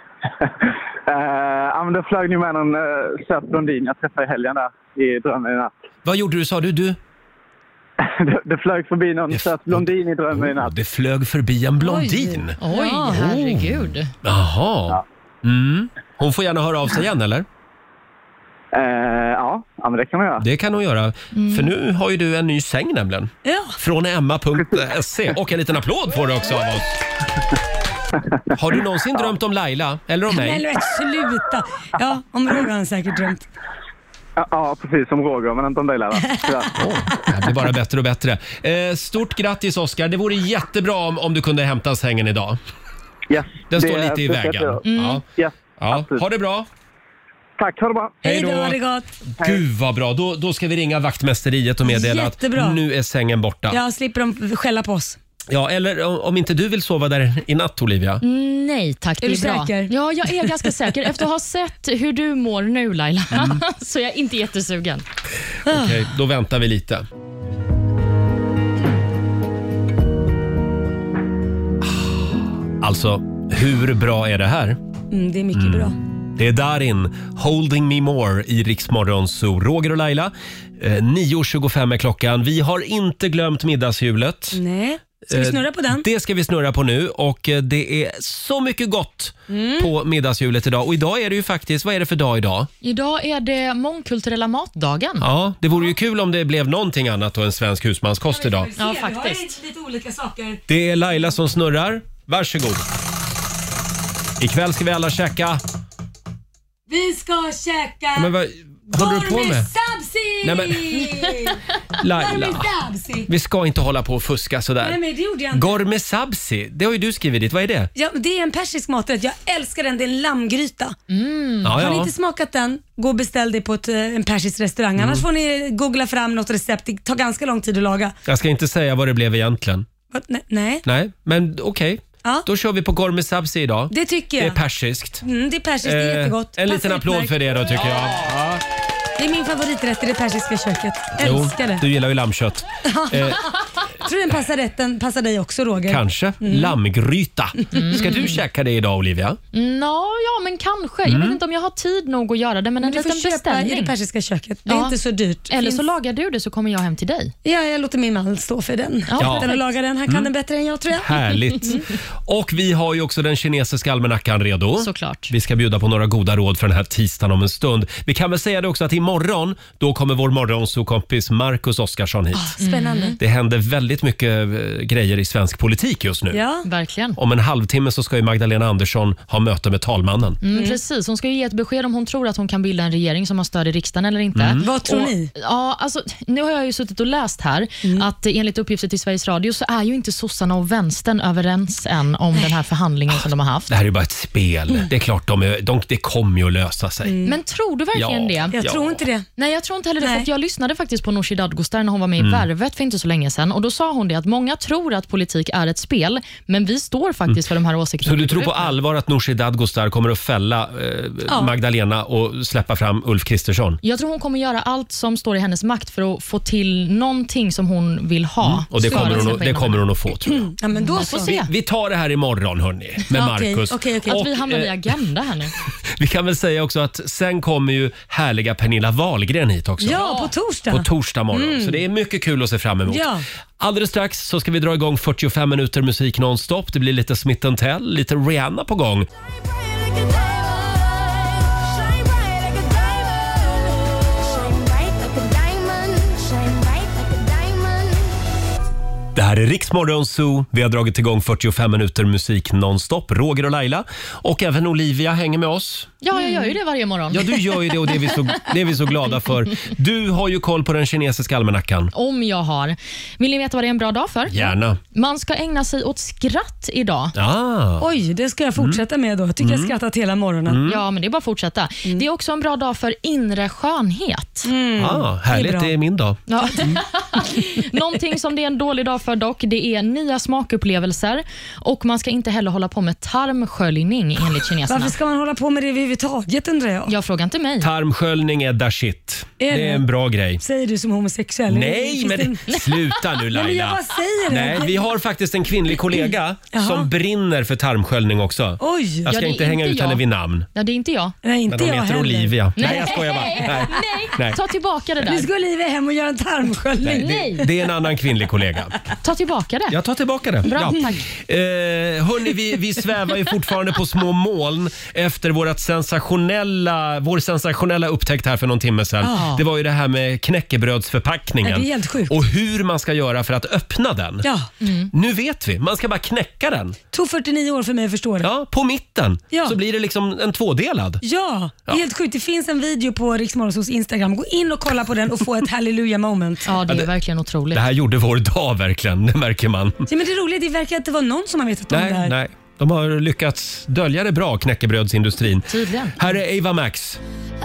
ja, men det flög ni med någon uh, söt blondin jag träffade i helgen där i drömmen i natt. Vad gjorde du sa du? du? det, det flög förbi någon söt blondin i drömmen i natt. Det flög förbi en blondin. Oj, Oj Ja. herregud. Jaha. Mm. Hon får gärna höra av sig igen eller? Eh, ja, ja, men det kan man göra. Det kan hon göra. För nu har ju du en ny säng nämligen. Ja. Från emma punkt se. Och en liten applåd får du också av oss. Har du någonsin drömt om Laila? Eller om Men mig? eller, sluta. Ja, om Roger har han säkert drömt. Ja, ja, precis som Roger, men inte om dig Laila. Tyvärr. Oh, det blir bara bättre och bättre. Eh, stort grattis Oskar. Det vore jättebra om, om du kunde hämta sängen idag. Yes, Den står det- lite i det ska jag vägen. göra. Ja. Yes, Ja. absolut. Ha det bra. Tack, ha det bra. Hej Hej då. då, ha det gott. Gud vad bra. Då, då ska vi ringa vaktmästeriet och meddela Jättebra. att nu är sängen borta. Ja. Jag slipper de skälla på oss. eller om, om inte du vill sova där i natt Olivia. Mm, Nej tack, det Är är, du bra. säker? Ja, jag är ganska säker. Efter att ha sett hur du mår nu Laila, Mm. så jag är inte jättesugen. Okej, då väntar vi lite. Alltså, hur bra är det här? Mm, det är mycket bra. Det är Darin, Holding Me More i Rix Morgon Zoo. Roger och Laila, eh, nio tjugofem är klockan. Vi har inte glömt middagshjulet. Nej. Ska vi Eh, snurra på den? Det ska vi snurra på nu och eh, det är så mycket gott på middagshjulet idag. Och idag är det ju faktiskt, vad är det för dag idag? Idag är det mångkulturella matdagen. Ja, det vore ju kul om det blev någonting annat och en svensk husmanskost idag. Ja, Vi har faktiskt. lite olika saker. Det är Laila som snurrar. Varsågod. Ikväll ska vi alla käka. Vi ska käka Men vad håller du på med? Sabzi! Nej, men- Laila, Sabzi! vi ska inte hålla på och fuska Nej sådär. men det gjorde jag inte. Gorme sabzi, det har ju du skrivit dit. Vad är det? Ja, det är en persisk maträtt. Jag älskar den. Det är en lammgryta. Ja, Har ni ja. inte smakat den, gå och beställ det på ett, eh, en persisk restaurang. Annars får ni googla fram något recept. Det tar ganska lång tid att laga. Jag ska inte säga vad det blev egentligen. Vad? Nej, nej. Nej, men okej. Ja. Då kör vi på gorme sabzi idag. Det tycker Det är jag. persiskt. Mm, det är persiskt, det är Eh, jättegott. En Passar liten applåd utmärkt. för det då tycker jag. Ja. Det är min favoriträtt i det persiska köket. Jo, Älskar det. du gillar ju lammkött. Eh, Tror den passar rätten, passar dig också Roger. kanske. Lammgryta. Ska du käka det idag Olivia? Nå, ja, men kanske. Jag vet inte om jag har tid nog att göra det, men en Men du får liten köpa i det beställning. persiska köket. Det är Ja. inte så dyrt. Eller Finns- så lagar du det så kommer jag hem till dig. Ja, jag låter min man stå för den. Ja. Ja. Den laga den. Han kan den bättre än jag tror jag. Härligt. Och vi har ju också den kinesiska almanackan redo. Såklart. Vi ska bjuda på några goda råd för den här tisdagen om en stund. Vi kan väl säga det också att imorgon, då kommer vår morgonsåkompis Marcus Oskarsson hit. Spännande. Det händer väldigt väldigt mycket eh, grejer i svensk politik just nu. Ja. Verkligen. Om en halvtimme så ska ju Magdalena Andersson ha möte med talmannen. Mm, precis, hon ska ju ge ett besked om hon tror att hon kan bilda en regering som har stöd i riksdagen eller inte. Mm. Vad tror och, ni? Ja, alltså, nu har jag ju suttit och läst här Mm. att enligt uppgifter till Sveriges Radio så är ju inte sossarna och vänstern överens än om den här förhandlingen som de har haft. Det här är ju bara ett spel. Mm. Det är klart, de, är, de, det kommer ju att lösa sig. Mm. Men tror du verkligen Ja. det? Jag Ja. tror inte det. Nej, jag tror inte heller det. Nej. För att jag lyssnade faktiskt på Nooshi Dadgostar när hon var med i Mm. Värvet för inte så länge sedan. Och då sa hon det att många tror att politik är ett spel, men vi står faktiskt för de här åsikterna. Så du tror på allvar att Nooshi Dadgostar kommer att fälla eh, Ja. Magdalena och släppa fram Ulf Kristersson? Jag tror hon kommer göra allt som står i hennes makt för att få till någonting som hon vill ha. Mm. Och det Så kommer, jag hon, ser att- på det innan. kommer hon att få, tror jag. Ja, men då Vi får så. se. Vi tar det här imorgon, hörni, med Ja, okej, Marcus. okej, okej. Att vi Och, hamnar i eh, Agenda här nu. Vi kan väl säga också att sen kommer ju härliga Pernilla Wahlgren hit också. Ja, på torsdag. På torsdag morgon. Så det är mycket kul att se fram emot. Ja. Alldeles strax så ska vi dra igång fyrtiofem minuter musik nonstop. Det blir lite Smith and Tell, lite Rihanna på gång. Det här är Riksmorgon Zoo. Vi har dragit igång fyrtiofem minuter musik nonstop. Roger och Laila och även Olivia hänger med oss. Ja, jag gör ju det varje morgon. Ja, du gör ju det och det är vi så, det är vi så glada för. Du har ju koll på den kinesiska almanackan. Om jag har. Vill ni veta vad det är en bra dag för? Gärna. Man ska ägna sig åt skratt idag. Ah. Oj, det ska jag fortsätta med då. Jag tycker jag har skrattat hela morgonen. Ja, men det är bara att fortsätta. Det är också en bra dag för inre skönhet. Ah, härligt, Det är bra. det är min dag. Ja. Någonting som det är en dålig dag för dock, det är nya smakupplevelser och man ska inte heller hålla på med tarmsköljning enligt kineserna. Varför ska man hålla på med det överhuvudtaget, undrar jag? Jag frågar inte mig. Tarmsköljning är da shit. Är Det det? är en bra grej. Säger du som homosexuell? Nej, Finns men det en- det, sluta nu Nej, men jag Laila. bara säger det. Nej, vi har faktiskt en kvinnlig kollega Jaha. som brinner för tarmsköljning också. Oj. Jag ska Ja, det är inte hänga inte ut henne jag. vid namn. Ja, det är inte jag. Nej, inte Men hon jag heter heller. Olivia. Nej, jag skojar bara. Nej. Nej, Nej. ta tillbaka det Nu där. ska Olivia hem och göra en tarmsköljning. Nej. Det, det är en annan kvinnlig kollega. Ta tillbaka det. Jag tar tillbaka det. Bra, Ja. tack. Eh, hörni, vi, vi svävar ju fortfarande på små moln efter vårat sensationella, vår sensationella upptäckt här för någon timme sedan. Ja. Det var ju det här med knäckebrödsförpackningen. Ja, det är helt sjukt. Och hur man ska göra för att öppna den. Ja, Nu vet vi, man ska bara knäcka den. tog fyrtionio år för mig att förstå det. Ja, på mitten. Ja. Så blir det liksom en tvådelad. Ja, det är Ja. helt sjukt. Det finns en video på Riksmorgons Instagram. Gå in och kolla på den och få ett hallelujah moment. Ja, det är det- verkligen otroligt. Det här gjorde vår dag verkligen, det märker man. Ja, men det roliga, det verkar inte vara någon som har vetat om det Nej, här. nej. De har lyckats dölja det bra, knäckebrödsindustrin. Tydligen. Här är Ava Max.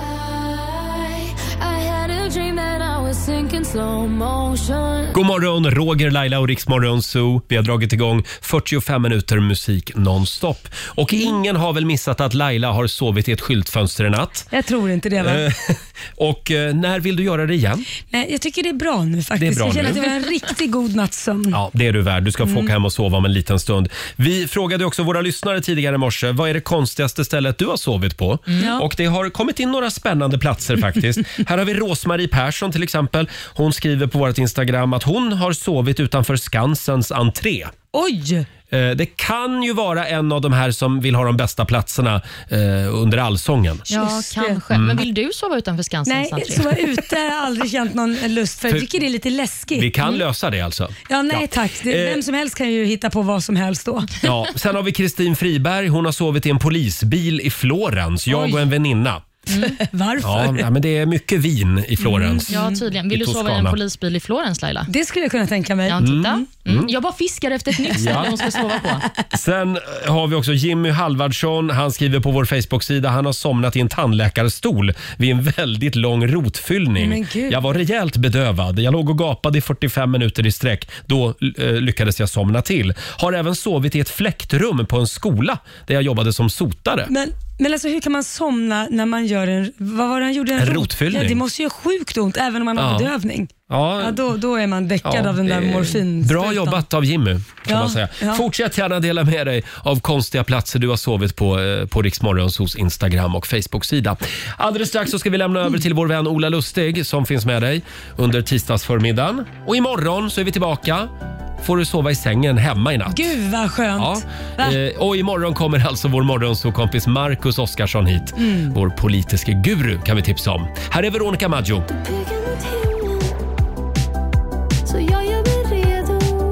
God morgon, Roger, Laila och Riksmorgon Zoo. Vi har dragit igång fyrtiofem minuter musik nonstop. Och ingen har väl missat att Laila har sovit i ett skyltfönster i natt. Jag tror inte det, va? Eh, Och eh, när vill du göra det igen? Nej, jag tycker det är bra nu faktiskt. Det är bra jag känner nu. att det var en riktigt god nattsömn. Ja, det är du värd. Du ska få Mm. åka hem och sova om en liten stund. Vi frågade också våra lyssnare tidigare i morse, vad är det konstigaste stället du har sovit på? Ja. Och det har kommit in några spännande platser faktiskt. Här har vi Rosmarie Persson till exempel. Hon skriver på vårt Instagram att hon har sovit utanför Skansens entré. Oj! Eh, Det kan ju vara en av de här som vill ha de bästa platserna eh, under allsången. Ja, Just det. kanske. Men vill du sova utanför Skansens Nej, entré? så var ute har jag aldrig känt någon lust för. Jag För- tycker det är lite läskigt. Vi kan lösa det alltså. Ja, nej Ja. tack. Det, Eh. vem som helst kan ju hitta på vad som helst då. Ja, sen har vi Kristin Friberg. Hon har sovit i en polisbil i Florens. Jag Oj. och en väninna. Varför? Ja, ja, men det är mycket vin i Florens. Ja, tydligen. Vill I du sova i en Toscana. polisbil i Florens, Laila? Det skulle jag kunna tänka mig. Ja, titta. Mm. Jag bara fiskar efter ett nytt ställe Ja. hon ska sova på. Sen har vi också Jimmy Halvardsson. Han skriver på vår Facebook-sida. Han har somnat i en tandläkarstol vid en väldigt lång rotfyllning. Men gud. Jag var rejält bedövad. Jag låg och gapade i fyrtiofem minuter i sträck. Då eh, lyckades jag somna till. Har även sovit i ett fläktrum på en skola där jag jobbade som sotare. Men, men alltså hur kan man somna när man gör en, vad var det han gjorde? En rotfyllning. Ja, det måste ju göra sjukt ont även om man har Ja. bedövning. Ja, Ja, då, då är man däckad Ja, av den där det är morfin. Bra jobbat av Jimmy, kan Ja, man säga. ja. Fortsätt gärna dela med dig av konstiga platser du har sovit på eh, på Riksmorgons hos Instagram och Facebook-sida. Alldeles strax så ska vi lämna över till vår vän Ola Lustig som finns med dig under tisdagsförmiddagen. Och imorgon så är vi tillbaka. Får du sova i sängen hemma i natt. Gud vad skönt. Ja. Va? Eh, och imorgon kommer alltså vår morgonsåkompis Marcus Oskarsson hit. Mm. Vår politiska guru kan vi tipsa om. Här är Veronica Maggio. Så jag gör mig redo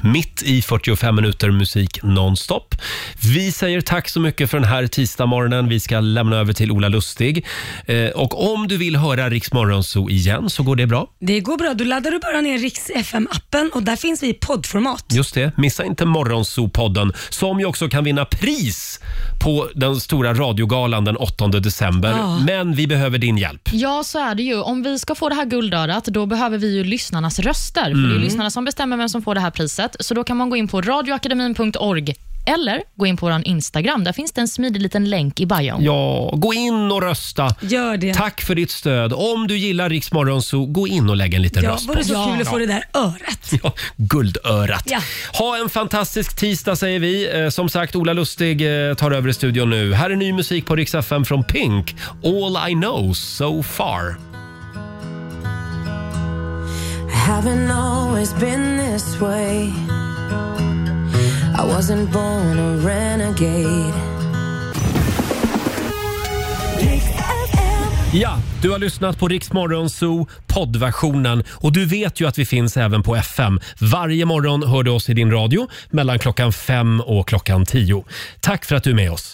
mitt i fyrtiofem minuter musik nonstop. Vi säger tack så mycket för den här tisdagsmorgonen. Vi ska lämna över till Ola Lustig. Eh, och om du vill höra Rix Morgonzoo igen så går det bra. Det går bra. Du laddar du bara ner Rix F M-appen och där finns vi i poddformat. Just det. Missa inte Morgonzoo-podden som ju också kan vinna pris på den stora radiogalan den åttonde december. Ja. Men vi behöver din hjälp. Ja, så är det ju. Om vi ska få det här guldörat, då behöver vi ju lyssnarnas röster. För det är Mm. lyssnarna som bestämmer vem som får det här priset. Så då kan man gå in på radioakademin punkt org eller gå in på vår Instagram. Där finns det en smidig liten länk i bion. Ja, gå in och rösta. Gör det. Tack för ditt stöd. Om du gillar Rix Morgonzoo, gå in och lägg en liten Ja, röst på var det så oss. kul att få det där örat. Ja, guldörat. Ja. Ha en fantastisk tisdag säger vi. Eh, Som sagt, Ola Lustig eh, tar över i studion nu. Här är ny musik på Rix F M från Pink. All I know so far. Haven't always been this way. I wasn't born a renegade. Ja, du har lyssnat på Rix Morgonzoo poddversionen och du vet ju att vi finns även på F M. Varje morgon hör du oss i din radio mellan klockan fem och klockan tio. Tack för att du är med oss.